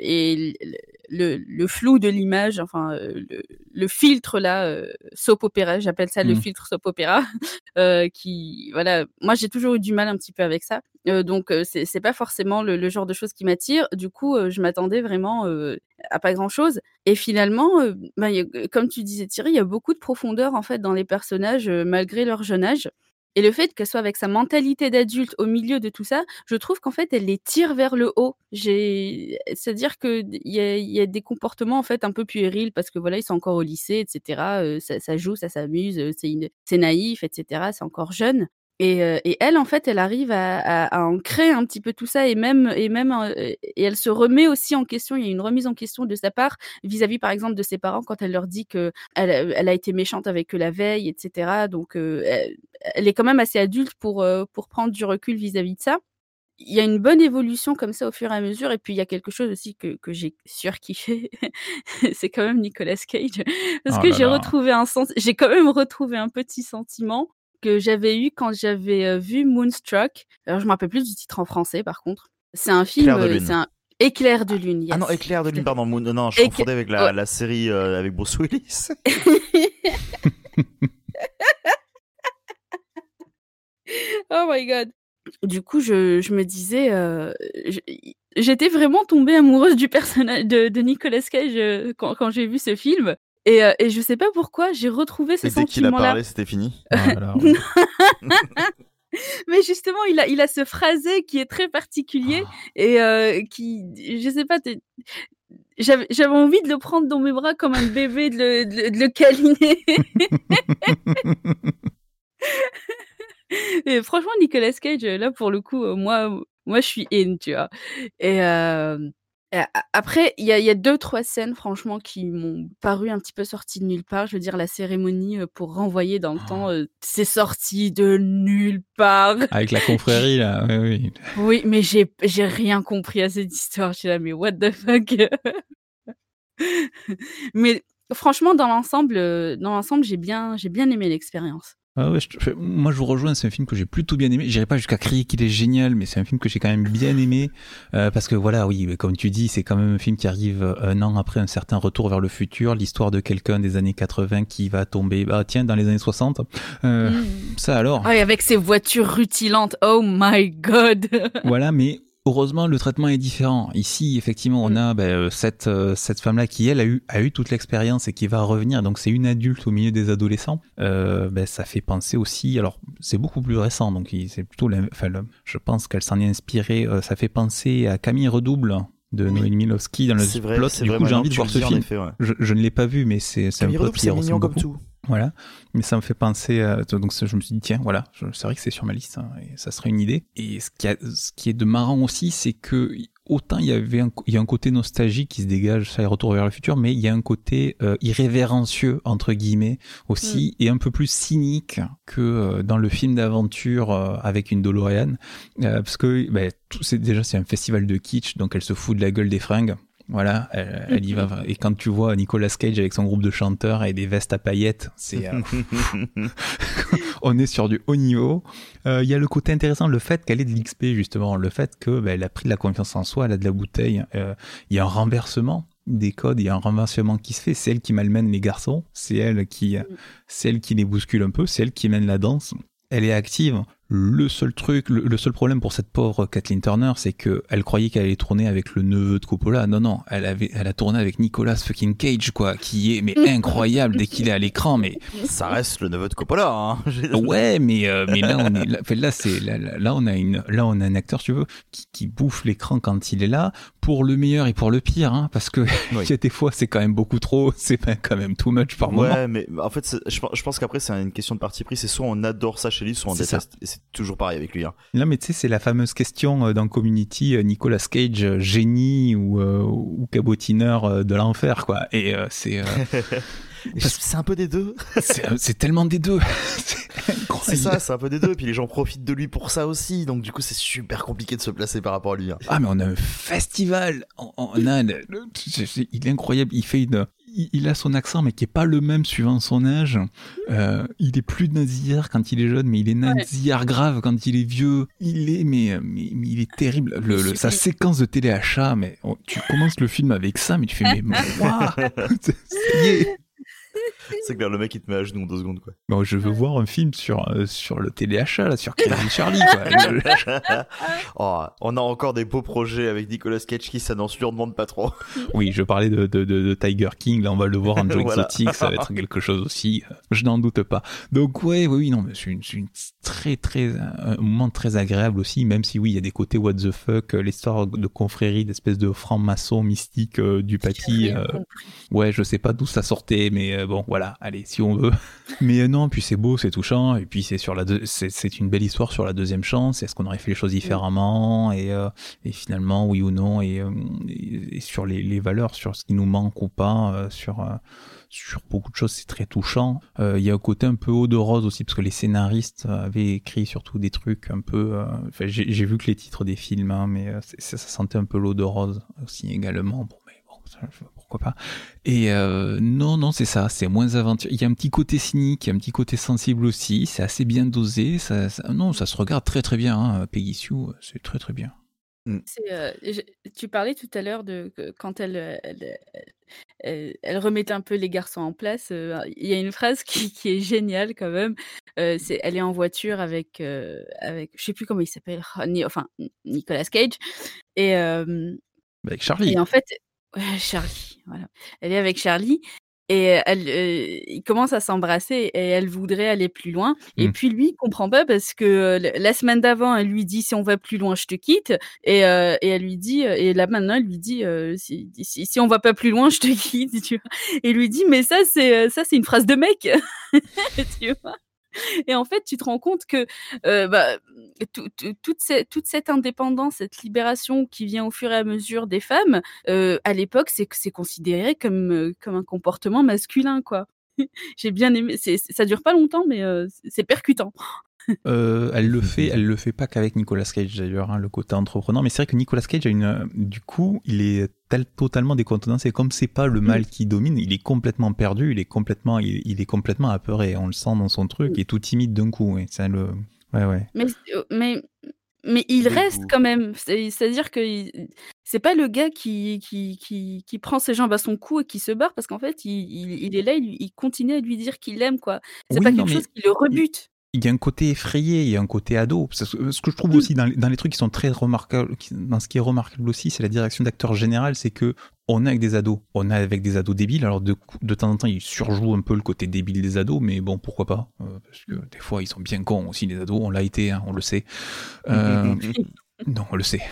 le flou de l'image, enfin le filtre là, soap opéra, j'appelle ça le filtre soap opéra, qui voilà, moi j'ai toujours eu du mal un petit peu avec ça, donc c'est pas forcément le genre de choses qui m'attire. Du coup, je m'attendais vraiment à pas grand chose, et finalement, comme tu disais Thierry, il y a beaucoup de profondeur en fait dans les personnages malgré leur jeune âge. Et le fait qu'elle soit avec sa mentalité d'adulte au milieu de tout ça, je trouve qu'en fait, elle les tire vers le haut. C'est-à-dire qu'il y a des comportements en fait un peu puérils, parce que voilà, ils sont encore au lycée, etc. Ça joue, ça s'amuse, c'est naïf, etc. C'est encore jeune. Et elle, en fait, elle arrive à ancrer un petit peu tout ça, et elle se remet aussi en question. Il y a une remise en question de sa part vis-à-vis, par exemple, de ses parents, quand elle leur dit que elle a été méchante avec eux la veille, etc. Donc, elle est quand même assez adulte pour prendre du recul vis-à-vis de ça. Il y a une bonne évolution comme ça au fur et à mesure. Et puis, il y a quelque chose aussi que j'ai surkiffé. C'est quand même Nicolas Cage. Parce que j'ai quand même retrouvé un petit sentiment que j'avais eu quand j'avais vu Moonstruck. Alors, je me rappelle plus du titre en français, par contre. C'est un film... c'est un Éclair de lune, yes. Ah non, Éclair de lune, pardon. Non, je confondais avec la série avec Bruce Willis. Oh my god. Du coup, je me disais... j'étais vraiment tombée amoureuse du personnage de Nicolas Cage quand j'ai vu ce film. Et je sais pas pourquoi, j'ai retrouvé ce sentiment-là. Dès qu'il a parlé, c'était fini. Voilà. Mais justement, il a ce phrasé qui est très particulier et qui, je sais pas, j'avais envie de le prendre dans mes bras comme un bébé, de le câliner. Et franchement, Nicolas Cage, là, pour le coup, moi, je suis in, tu vois. Et, après, il y a 2-3 scènes, franchement, qui m'ont paru un petit peu sorties de nulle part. Je veux dire, la cérémonie pour renvoyer dans le temps, c'est sorti de nulle part. Avec la confrérie, là, oui. Oui, mais j'ai rien compris à cette histoire. Je suis là, mais what the fuck? Mais franchement, dans l'ensemble, j'ai bien aimé l'expérience. Ah ouais, moi je vous rejoins, c'est un film que j'ai plutôt bien aimé. J'irai pas jusqu'à crier qu'il est génial, mais c'est un film que j'ai quand même bien aimé parce que voilà, oui, comme tu dis, c'est quand même un film qui arrive un an après un certain retour vers le futur, l'histoire de quelqu'un des années 80 qui va tomber, dans les années 60. Ça alors. Ah, et avec ces voitures rutilantes, oh my god. Voilà, mais heureusement, le traitement est différent. Ici, effectivement, on a cette femme-là qui, elle, a eu toute l'expérience et qui va revenir. Donc, c'est une adulte au milieu des adolescents. Ça fait penser aussi... Alors, c'est beaucoup plus récent. Donc, c'est plutôt... je pense qu'elle s'en est inspirée. Ça fait penser à Camille Redouble de Noémie Milowski dans le plot. Du coup, j'ai envie de voir ce film. Effet, ouais. Je ne l'ai pas vu, mais c'est un plot qui ressemble beaucoup. Tout. Voilà, mais ça me fait penser donc je me suis dit tiens voilà, c'est vrai que c'est sur ma liste et ça serait une idée. Et ce qui est de marrant aussi, c'est que autant il y a un côté nostalgique qui se dégage, ça, Retour vers le futur, mais il y a un côté irrévérencieux entre guillemets aussi et un peu plus cynique que dans le film d'aventure avec une DeLorean parce que c'est un festival de kitsch, donc elle se fout de la gueule des fringues. Voilà, elle y va. Et quand tu vois Nicolas Cage avec son groupe de chanteurs et des vestes à paillettes, c'est on est sur du haut niveau. Il y a le côté intéressant, le fait qu'elle ait de l'XP justement, le fait que elle a pris de la confiance en soi, elle a de la bouteille. Il y a un renversement des codes, il y a un renversement qui se fait. C'est elle qui malmène les garçons, c'est elle qui les bouscule un peu, c'est elle qui mène la danse. Elle est active. Le seul problème pour cette pauvre Kathleen Turner, c'est que elle croyait qu'elle allait tourner avec le neveu de Coppola. Non, elle a tourné avec Nicolas fucking Cage, quoi, qui est incroyable dès qu'il est à l'écran, mais ça reste le neveu de Coppola, hein. Ouais, mais là on a un acteur, si tu veux, qui bouffe l'écran quand il est là, pour le meilleur et pour le pire, hein, parce que il y a des fois c'est quand même beaucoup trop, c'est quand même too much par moment. Ouais, mais en fait, je pense qu'après c'est une question de parti pris, c'est soit on adore ça chez lui, soit on déteste. Et c'est toujours pareil avec lui. Hein. Non, mais tu sais, c'est la fameuse question dans Community, Nicolas Cage, génie ou cabotineur de l'enfer, quoi. Et c'est un peu des deux. c'est tellement des deux. C'est ça, c'est un peu des deux. Et puis les gens profitent de lui pour ça aussi. Donc du coup, c'est super compliqué de se placer par rapport à lui. Hein. Ah, mais on a un festival. Il est incroyable. Il a son accent, mais qui est pas le même suivant son âge. Il est plus nasillard quand il est jeune, mais il est nasillard grave quand il est vieux. Il est, mais il est terrible. Sa séquence de téléachat, mais tu commences le film avec ça, mais tu fais, mais waouh, ça y est. C'est clair, le mec il te met à genoux en 2 secondes, quoi. Bon, je veux voir un film sur le téléachat, là, sur Crazy Charlie, quoi. Oh, on a encore des beaux projets avec Nicolas Cage qui s'annonce, lui on demande pas trop. Oui, je parlais de Tiger King, là on va le voir en Joe Exotic, ça va être quelque chose aussi, je n'en doute pas. Donc oui, non, mais c'est un moment très agréable aussi, même si oui, il y a des côtés what the fuck, l'histoire de confrérie, d'espèce de franc-maçon mystique du Paty. Ouais, je sais pas d'où ça sortait, mais bon, voilà, allez, si on veut. Mais non, puis c'est beau, c'est touchant, et puis c'est une belle histoire sur la deuxième chance. Est-ce qu'on aurait fait les choses différemment, et finalement, oui ou non, et sur les valeurs, sur ce qui nous manque ou pas, sur beaucoup de choses, c'est très touchant. Il y a un côté un peu eau de rose aussi, parce que les scénaristes avaient écrit surtout des trucs un peu... j'ai vu que les titres des films, hein, mais ça sentait un peu l'eau de rose aussi également. Bon, mais bon, ça, pourquoi pas. Et non, c'est ça, c'est moins aventure. Il y a un petit côté cynique, il y a un petit côté sensible aussi, c'est assez bien dosé. Ça se regarde très très bien, hein. Peggy Sue, c'est très très bien. Tu parlais tout à l'heure de quand elle remettait un peu les garçons en place. Il y a une phrase qui est géniale quand même. Elle est en voiture avec je sais plus comment il s'appelle, Nicolas Cage Avec Charlie. Et en fait, ouais, Charlie, voilà. Elle est avec Charlie et ils commencent à s'embrasser et elle voudrait aller plus loin. Et puis lui, il comprend pas parce que la semaine d'avant, elle lui dit si on va plus loin, je te quitte. Et elle lui dit, et là maintenant, elle lui dit si on va pas plus loin, je te quitte. Tu vois. Et il lui dit mais ça c'est une phrase de mec. Tu vois. Et en fait, tu te rends compte que toute cette indépendance, cette libération qui vient au fur et à mesure des femmes, à l'époque, c'est considéré comme un comportement masculin, quoi. J'ai bien aimé. Ça dure pas longtemps, mais c'est percutant. Elle le fait pas qu'avec Nicolas Cage d'ailleurs, hein, le côté entrepreneur. Mais c'est vrai que Nicolas Cage du coup, il est totalement décontenancé. Comme c'est pas le mal qui domine, il est complètement perdu, il est complètement apeuré. On le sent dans son truc, il est tout timide d'un coup. Ouais, c'est le, ouais. Mais il reste quand même. C'est-à-dire que c'est pas le gars qui prend ses jambes à son cou et qui se barre parce qu'en fait, il est là, il continue à lui dire qu'il l'aime, quoi. C'est pas quelque chose qui le rebute. Il y a un côté effrayé, il y a un côté ado. Ce que je trouve aussi dans les trucs qui sont très remarquables, dans ce qui est remarquable aussi, c'est la direction d'acteur général, c'est que on est avec des ados débiles. Alors de temps en temps, ils surjouent un peu le côté débile des ados, mais bon, pourquoi pas, parce que des fois, ils sont bien cons aussi, les ados. On l'a été, hein, on le sait. Non, on le sait.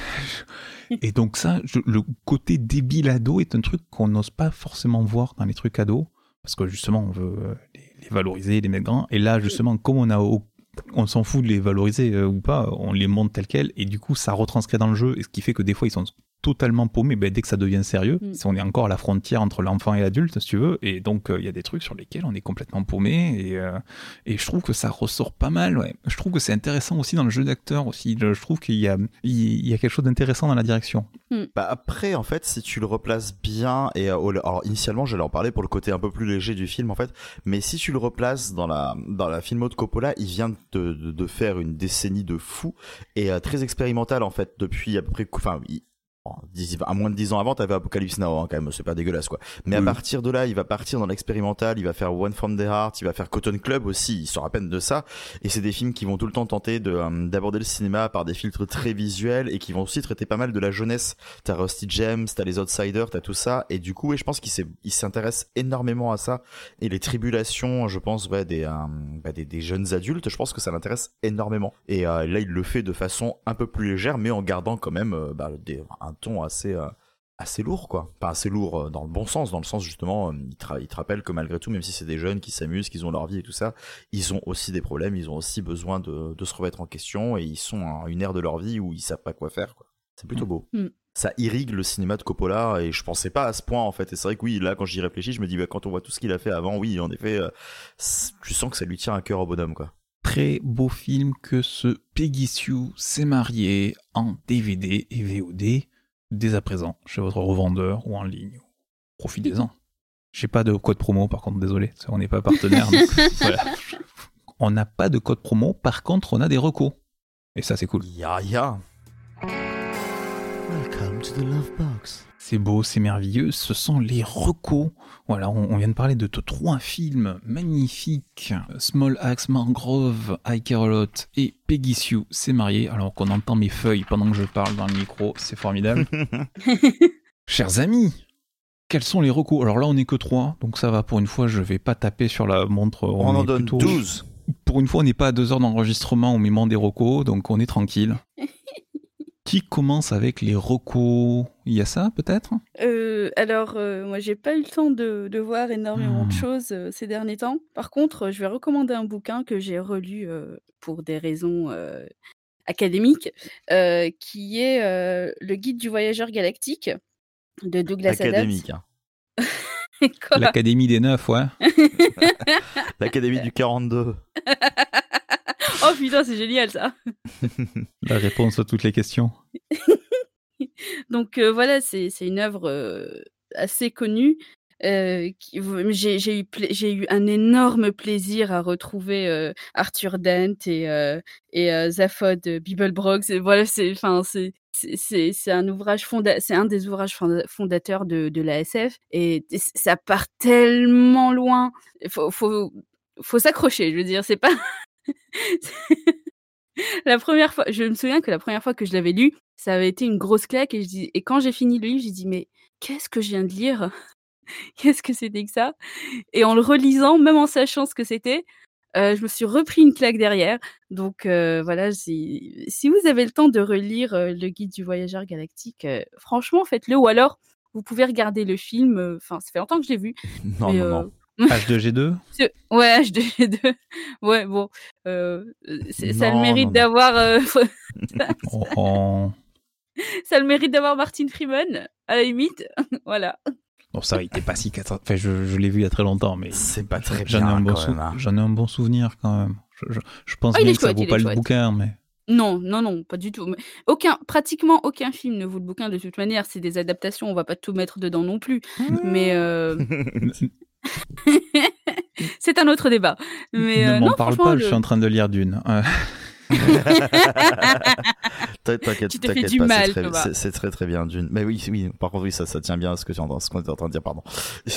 Et donc ça, le côté débile ado est un truc qu'on n'ose pas forcément voir dans les trucs ados, parce que justement, on veut les valoriser, les mettre grands. Et là, justement, comme on s'en fout de les valoriser ou pas, on les montre tels quels, et du coup, ça retranscrit dans le jeu, et ce qui fait que des fois, ils sont totalement paumés, dès que ça devient sérieux, on est encore à la frontière entre l'enfant et l'adulte, si tu veux, et donc il y a des trucs sur lesquels on est complètement paumé, et je trouve que ça ressort pas mal, ouais. Je trouve que c'est intéressant aussi dans le jeu d'acteur aussi, je trouve qu'il y a quelque chose d'intéressant dans la direction. Bah après, en fait, si tu le replaces bien, et alors initialement j'allais en parler pour le côté un peu plus léger du film en fait, mais si tu le replaces dans la filmo de Coppola, il vient de faire une décennie de fou et très expérimentale en fait depuis à peu près, enfin à moins de 10 ans avant, t'avais Apocalypse Now, hein, quand même, c'est pas dégueulasse, quoi. Mais à partir de là, il va partir dans l'expérimental, il va faire One from the Heart, il va faire Cotton Club aussi, il sort à peine de ça. Et c'est des films qui vont tout le temps tenter d'aborder le cinéma par des filtres très visuels et qui vont aussi traiter pas mal de la jeunesse. T'as Rusty James, t'as les Outsiders, t'as tout ça. Et du coup, je pense qu'il s'intéresse énormément à ça. Et les tribulations, je pense, des jeunes adultes, je pense que ça l'intéresse énormément. Et là, il le fait de façon un peu plus légère, mais en gardant quand même un ton assez lourd, quoi. Pas assez lourd dans le bon sens, dans le sens justement, il te rappelle que malgré tout, même si c'est des jeunes qui s'amusent, qu'ils ont leur vie et tout ça, ils ont aussi des problèmes, ils ont aussi besoin de se remettre en question, et ils sont à une ère de leur vie où ils savent pas quoi faire, quoi. C'est plutôt beau. Ça irrigue le cinéma de Coppola, et je pensais pas à ce point en fait. Et c'est vrai que oui, là quand j'y réfléchis, je me dis quand on voit tout ce qu'il a fait avant, oui, en effet, tu sens que ça lui tient à cœur au bonhomme, quoi. Très beau film que ce Peggy Sue s'est marié en DVD et VOD dès à présent chez votre revendeur ou en ligne. Profitez-en. J'ai pas de code promo par contre, désolé, on n'est pas partenaire. Donc, voilà. On n'a pas de code promo, par contre on a des recos. Et ça c'est cool. Ya. Welcome to the Love Box. C'est beau, c'est merveilleux, ce sont les recos. Voilà, on vient de parler de 3 films magnifiques. Small Axe, Mangrove, I Care a Lot et Peggy Sue s'est mariée, alors qu'on entend mes feuilles pendant que je parle dans le micro, c'est formidable. Chers amis, quels sont les recos ? Alors là, on n'est que 3, donc ça va, pour une fois, je vais pas taper sur la montre. On en donne 12. Pour une fois, on n'est pas à 2 heures d'enregistrement au moment des recos, donc on est tranquille. Qui commence avec les recos ? Il y a ça, peut-être ? Alors, moi, j'ai pas eu le temps de voir énormément de choses ces derniers temps. Par contre, je vais recommander un bouquin que j'ai relu pour des raisons académiques, qui est Le Guide du voyageur galactique de Douglas Adams. Académique, hein. Quoi ? L'Académie des 9, ouais. L'Académie du 42. Oh putain, c'est génial ça. La réponse à toutes les questions. Donc voilà, c'est une œuvre assez connue. J'ai eu un énorme plaisir à retrouver Arthur Dent et Zaphod Beeblebrox. Voilà, c'est un ouvrage c'est un des ouvrages fondateurs de l'ASF, et ça part tellement loin. Faut s'accrocher, je veux dire, c'est pas. La première fois, je me souviens que la première fois que je l'avais lu, ça avait été une grosse claque, et quand j'ai fini le livre, j'ai dit mais qu'est-ce que je viens de lire ? qu'est-ce que c'était que ça? Et en le relisant, même en sachant ce que c'était, je me suis repris une claque derrière. Donc voilà, si vous avez le temps de relire, le Guide du voyageur galactique, franchement faites-le ou alors vous pouvez regarder le film, enfin ça fait longtemps que je l'ai vu, Non, mais non. H2G2 ouais, H2G2. Ouais, bon, ça a le Non, mérite non. d'avoir, Oh. ça a le mérite d'avoir Martin Freeman, à la limite, voilà. Bon, ça, il était pas si catastrophique. Enfin, je l'ai vu il y a très longtemps, mais C'est pas très j'en ai bien, un bon quand même, hein. j'en ai un bon souvenir quand même. Je pense Ah, il bien est que ça chouette, vaut il est pas le chouette. bouquin, mais Non, pas du tout. Mais pratiquement aucun film ne vaut le bouquin de toute manière. C'est des adaptations, on va pas tout mettre dedans non plus. Mais c'est un autre débat. Mais ne m'en non, parle franchement, pas, je suis en train de lire Dune. T'inquiète, Tu te fais t'inquiète du pas, mal, c'est très, Thomas. c'est très très bien Dune. Mais oui, par contre, oui, ça tient bien à ce qu'on était en train de dire, pardon.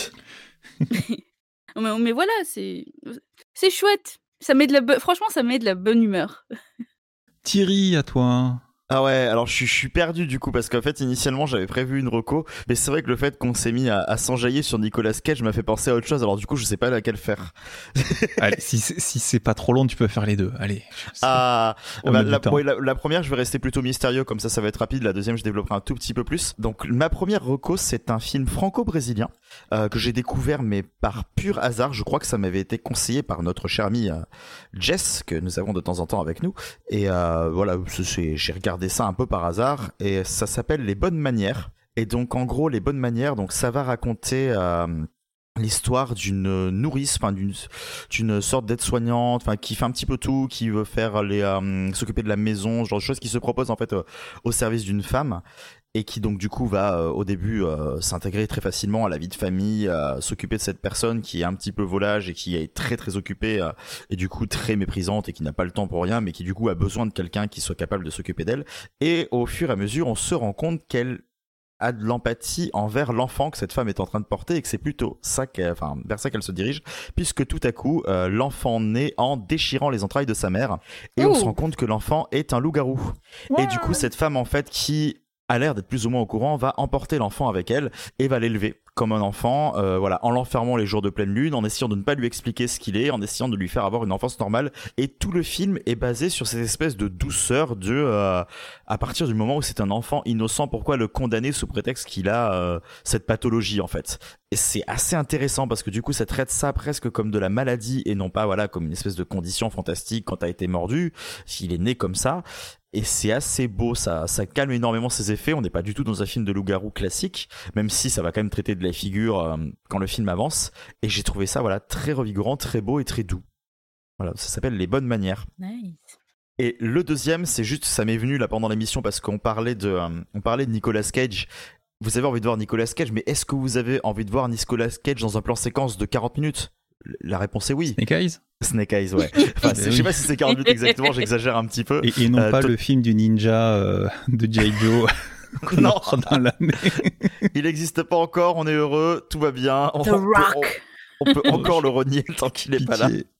mais voilà, c'est chouette. Franchement, ça met de la bonne humeur. Thierry, à toi. Ah ouais, alors je suis perdu du coup parce qu'en fait initialement j'avais prévu une reco, mais c'est vrai que le fait qu'on s'est mis à s'enjailler sur Nicolas Cage m'a fait penser à autre chose, alors du coup je sais pas laquelle faire. Allez, si c'est pas trop long, tu peux faire les deux. Allez. Ah, On bah, a du temps. la première je vais rester plutôt mystérieux, comme ça va être rapide, la deuxième je développerai un tout petit peu plus. Donc ma première reco c'est un film franco-brésilien que j'ai découvert mais par pur hasard, je crois que ça m'avait été conseillé par notre cher ami Jess, que nous avons de temps en temps avec nous, et voilà, j'ai regardé ça un peu par hasard et ça s'appelle Les Bonnes Manières. Et donc en gros Les Bonnes Manières, donc ça va raconter l'histoire d'une nourrice, enfin d'une sorte d'aide-soignante, enfin qui fait un petit peu tout, qui veut faire s'occuper de la maison, ce genre de choses, qui se propose en fait au service d'une femme et qui donc du coup va au début s'intégrer très facilement à la vie de famille, s'occuper de cette personne qui est un petit peu volage et qui est très très occupée et du coup très méprisante et qui n'a pas le temps pour rien, mais qui du coup a besoin de quelqu'un qui soit capable de s'occuper d'elle. Et au fur et à mesure on se rend compte qu'elle a de l'empathie envers l'enfant que cette femme est en train de porter et que c'est plutôt vers ça qu'elle se dirige, puisque tout à coup l'enfant naît en déchirant les entrailles de sa mère et on se rend compte que l'enfant est un loup-garou. Et du coup cette femme en fait qui a l'air d'être plus ou moins au courant va emporter l'enfant avec elle et va l'élever comme un enfant, voilà, en l'enfermant les jours de pleine lune, en essayant de ne pas lui expliquer ce qu'il est, en essayant de lui faire avoir une enfance normale. Et tout le film est basé sur cette espèce de douceur à partir du moment où c'est un enfant innocent, pourquoi le condamner sous prétexte qu'il a cette pathologie en fait. Et c'est assez intéressant parce que du coup ça traite ça presque comme de la maladie et non pas voilà comme une espèce de condition fantastique quand t'as été mordu, s'il est né comme ça. Et c'est assez beau, ça calme énormément ses effets. On n'est pas du tout dans un film de loup-garou classique, même si ça va quand même traiter de la figure quand le film avance. Et j'ai trouvé ça voilà très revigorant, très beau et très doux. Voilà, ça s'appelle Les Bonnes Manières. Nice. Et le deuxième, c'est juste, ça m'est venu là pendant l'émission parce qu'on parlait de Nicolas Cage. Vous avez envie de voir Nicolas Cage, mais est-ce que vous avez envie de voir Nicolas Cage dans un plan séquence de 40 minutes ? La réponse est oui. Snake Eyes ? Snake Eyes, ouais. Enfin, je sais pas si c'est 40 minutes exactement, j'exagère un petit peu. Et non pas le film du ninja de G.I. Joe. Non, dans l'année. Il n'existe pas encore, on est heureux, tout va bien. The Rock. On peut encore le renier tant qu'il est pas là. Pitié.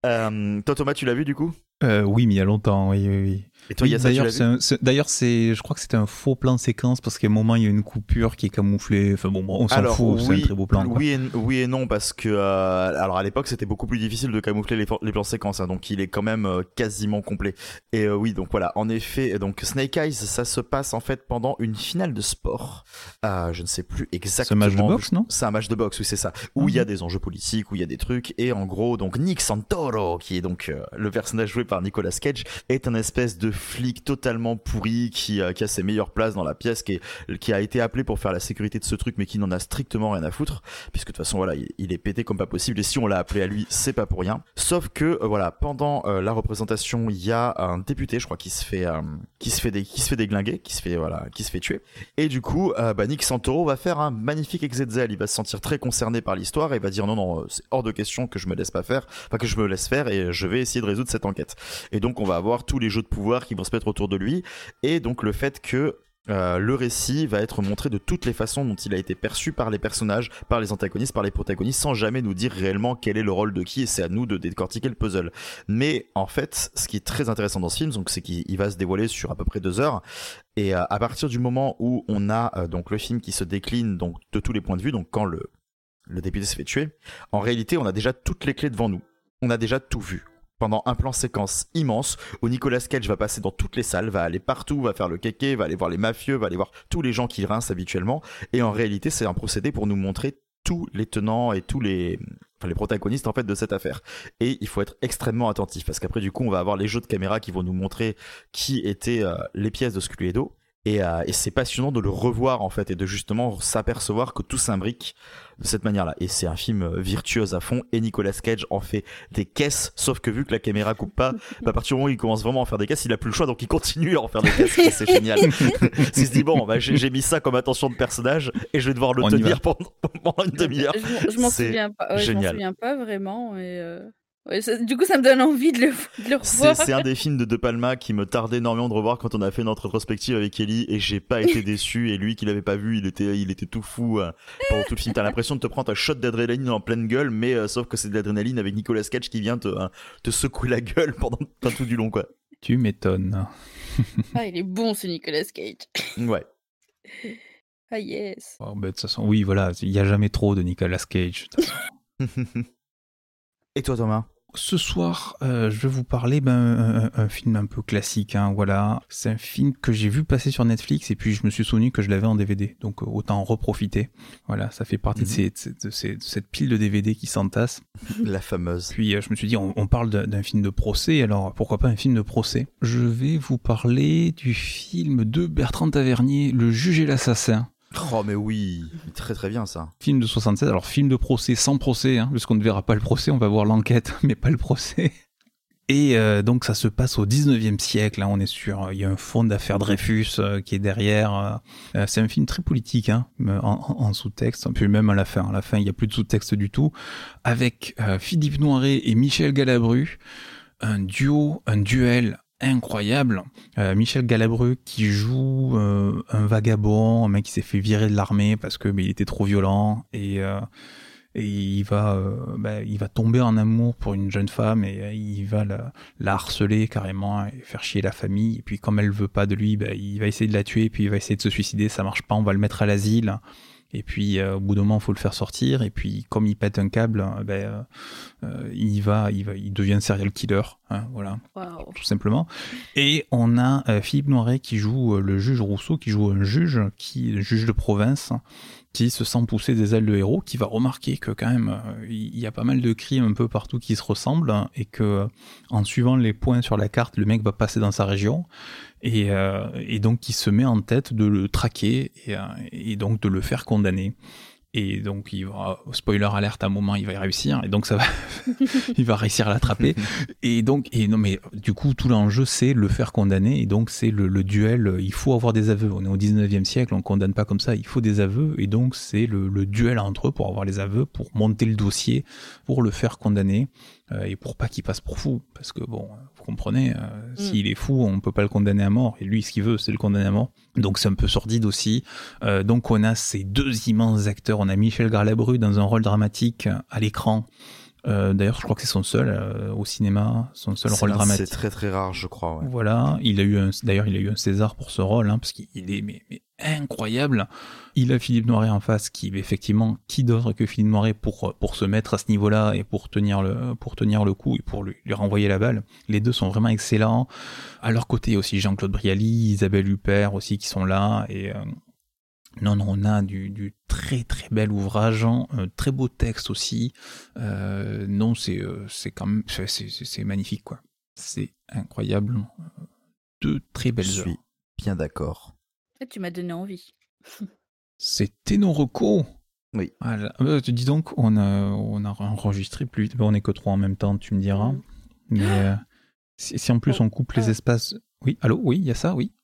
Toi Thomas, tu l'as vu du coup ? Oui, mais il y a longtemps, oui. Et toi, Oui, Yassa, tu l'as vu ? d'ailleurs, je crois que c'était un faux plan de séquence parce qu'à un moment, il y a une coupure qui est camouflée. Enfin bon, on s'en fout, c'est un très beau plan. Quoi. Oui et non, parce que alors à l'époque, c'était beaucoup plus difficile de camoufler les plans séquences, hein, donc il est quand même quasiment complet. Et oui, donc voilà, en effet, donc Snake Eyes, ça se passe en fait pendant une finale de sport. Je ne sais plus exactement. C'est un match de boxe, non ? C'est un match de boxe, oui, c'est ça. Où il y a des enjeux politiques, où il y a des trucs, et en gros, donc Nick Santoro, qui est donc le personnage joué par Nicolas Cage, est un espèce de flic totalement pourri qui a ses meilleures places dans la pièce, qui a été appelé pour faire la sécurité de ce truc, mais qui n'en a strictement rien à foutre, puisque de toute façon voilà, il est pété comme pas possible, et si on l'a appelé à lui, c'est pas pour rien. Sauf que voilà, pendant la représentation, il y a un député, je crois, qui se fait déglinguer, qui se fait tuer, et du coup, Nick Santoro va faire un magnifique exezel. Il va se sentir très concerné par l'histoire et va dire non, c'est hors de question que je me laisse faire, et je vais essayer de résoudre cette enquête. Et donc on va avoir tous les jeux de pouvoir qui vont se mettre autour de lui, et donc le fait que le récit va être montré de toutes les façons dont il a été perçu par les personnages, par les antagonistes, par les protagonistes, sans jamais nous dire réellement quel est le rôle de qui, et c'est à nous de décortiquer le puzzle. Mais en fait, ce qui est très intéressant dans ce film, donc, c'est qu'il va se dévoiler sur à peu près 2 heures, et à partir du moment où on a donc le film qui se décline donc de tous les points de vue, donc quand le député se fait tuer. En réalité, on a déjà toutes les clés devant nous. On a déjà tout vu. Pendant un plan séquence immense où Nicolas Cage va passer dans toutes les salles, va aller partout, va faire le kéké, va aller voir les mafieux, va aller voir tous les gens qu'il rince habituellement. Et en réalité, c'est un procédé pour nous montrer tous les tenants et tous les protagonistes en fait de cette affaire. Et il faut être extrêmement attentif parce qu'après du coup, on va avoir les jeux de caméra qui vont nous montrer qui étaient les pièces de ce Cluedo. Et c'est passionnant de le revoir en fait et de justement s'apercevoir que tout s'imbrique de cette manière-là. Et c'est un film virtuose à fond et Nicolas Cage en fait des caisses, sauf que vu que la caméra coupe pas, à partir du moment où il commence vraiment à en faire des caisses, il a plus le choix donc il continue à en faire des caisses et c'est génial. Il se dit bon, j'ai mis ça comme attention de personnage et je vais devoir le tenir pendant une demi-heure. Je m'en souviens pas. Ouais, je m'en souviens pas vraiment. Ouais, du coup, ça me donne envie de le revoir. C'est un des films de De Palma qui me tardait énormément de revoir quand on a fait notre rétrospective avec Ellie et j'ai pas été déçu et lui qui l'avait pas vu, il était tout fou pendant tout le film. T'as l'impression de te prendre un shot d'adrénaline en pleine gueule, mais sauf que c'est de l'adrénaline avec Nicolas Cage qui vient te secouer la gueule pendant tout du long quoi. Tu m'étonnes. Ah, il est bon ce Nicolas Cage. Ouais. Ah yes. Oh, de toute façon, oui, voilà, il y a jamais trop de Nicolas Cage. Et toi Thomas? Ce soir, je vais vous parler un film un peu classique, hein, voilà. C'est un film que j'ai vu passer sur Netflix et puis je me suis souvenu que je l'avais en DVD, donc autant en reprofiter. Voilà, ça fait partie de cette pile de DVD qui s'entasse. La fameuse. Puis je me suis dit, on parle d'un film de procès, alors pourquoi pas un film de procès? Je vais vous parler du film de Bertrand Tavernier, Le Juge et l'Assassin. Oh mais oui, très très bien ça. Film de 76, alors film de procès sans procès, hein, parce qu'on ne verra pas le procès, on va voir l'enquête, mais pas le procès. Et donc ça se passe au 19e siècle, là on est sur, il y a un fond d'affaires Dreyfus qui est derrière. C'est un film très politique, hein, en sous-texte, puis même à la fin il n'y a plus de sous-texte du tout, avec Philippe Noiret et Michel Galabru, un duel incroyable. Michel Galabru qui joue un vagabond, un mec qui s'est fait virer de l'armée parce que il était trop violent et il va tomber en amour pour une jeune femme et il va la harceler carrément et faire chier la famille. Et puis comme elle veut pas de lui, il va essayer de la tuer, puis il va essayer de se suicider, ça marche pas, on va le mettre à l'asile. Et puis au bout d'un moment, il faut le faire sortir. Et puis comme il pète un câble, il devient serial killer, hein, voilà, wow. Tout simplement. Et on a Philippe Noiret qui joue le juge Rousseau, qui joue un juge de province, qui se sent pousser des ailes de héros, qui va remarquer que quand même il y a pas mal de crimes un peu partout qui se ressemblent et que en suivant les points sur la carte, le mec va passer dans sa région. Et donc il se met en tête de le traquer et donc de le faire condamner. Et donc il va, spoiler alerte, à un moment il va y réussir et donc ça va il va réussir à l'attraper et non mais du coup tout l'enjeu c'est le faire condamner et donc c'est le duel, il faut avoir des aveux, on est au 19e siècle, on condamne pas comme ça, il faut des aveux et donc c'est le duel entre eux pour avoir les aveux, pour monter le dossier, pour le faire condamner et pour pas qu'il passe pour fou, parce que bon, vous comprenez, s'il est fou, on peut pas le condamner à mort, et lui, ce qu'il veut, c'est le condamner à mort. Donc c'est un peu sordide aussi. Donc on a ces deux immenses acteurs, on a Michel Galabru dans un rôle dramatique à l'écran. D'ailleurs, je crois que c'est son seul au cinéma, son seul rôle dramatique. C'est très très rare, je crois. Ouais. Voilà, il a eu un César pour ce rôle, hein, parce qu'il est mais incroyable. Il a Philippe Noiret en face, qui d'autre que Philippe Noiret pour se mettre à ce niveau-là et pour tenir le coup et pour lui renvoyer la balle. Les deux sont vraiment excellents. À leur côté aussi Jean-Claude Brialy, Isabelle Huppert aussi qui sont là et non, on a du très très bel ouvrage, un très beau texte aussi. Non, c'est quand même c'est magnifique quoi. C'est incroyable. Deux très belles œuvres. Je suis bien d'accord. Tu m'as donné envie. C'était nos recos. Oui. Voilà. Dis donc, on a enregistré plus vite. On est que 3 en même temps, tu me diras. Mais si en plus on coupe les espaces. Oui, allô, oui, il y a ça, oui.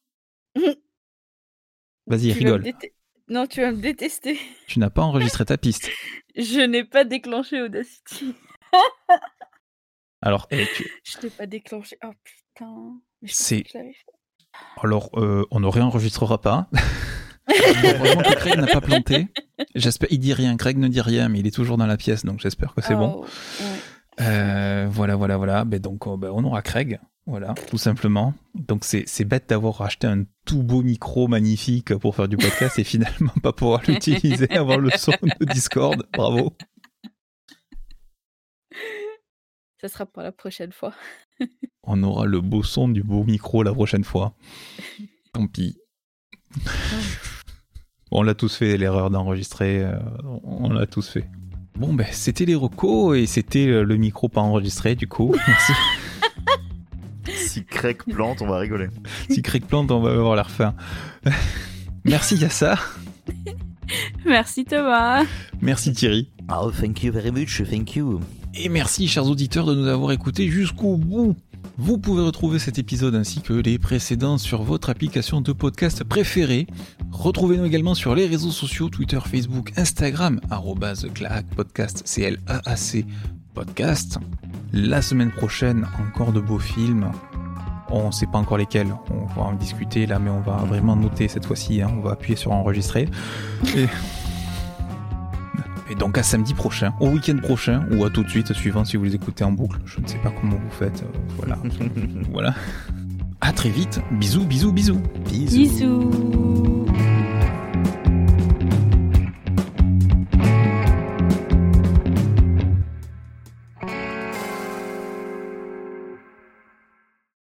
Vas-y, rigole. Non, tu vas me détester. Tu n'as pas enregistré ta piste. Je n'ai pas déclenché Audacity. Alors, je l'ai pas déclenché. Oh putain. C'est. Alors, on ne réenregistrera pas. Heureusement que Craig n'a pas planté. J'espère. Il dit rien. Craig ne dit rien, mais il est toujours dans la pièce, donc j'espère que c'est bon. Ouais. Voilà. Ben donc, on aura Craig. Voilà, tout simplement. Donc c'est bête d'avoir acheté un tout beau micro magnifique pour faire du podcast et finalement pas pouvoir l'utiliser, avoir le son de Discord. Bravo. Ça sera pour la prochaine fois. On aura le beau son du beau micro la prochaine fois. Tant pis. On l'a tous fait, l'erreur d'enregistrer. On l'a tous fait. Bon, ben, c'était les recos et c'était le micro pas enregistré, du coup. Merci. Si Craig plante, on va rigoler. Si Craig plante, on va avoir l'air fin. Merci Yassa. Merci Thomas. Merci Thierry. Oh, thank you very much, thank you. Et merci, chers auditeurs, de nous avoir écoutés jusqu'au bout. Vous pouvez retrouver cet épisode ainsi que les précédents sur votre application de podcast préférée. Retrouvez-nous également sur les réseaux sociaux, Twitter, Facebook, Instagram, @claacpodcast, CLAAC podcast. La semaine prochaine, encore de beaux films. On ne sait pas encore lesquels, on va en discuter là, mais on va vraiment noter cette fois-ci, hein. On va appuyer sur enregistrer. Et donc à samedi prochain, au week-end prochain, ou à tout de suite, suivant si vous les écoutez en boucle. Je ne sais pas comment vous faites. Voilà. Voilà. À très vite. Bisous, bisous, bisous. Bisous.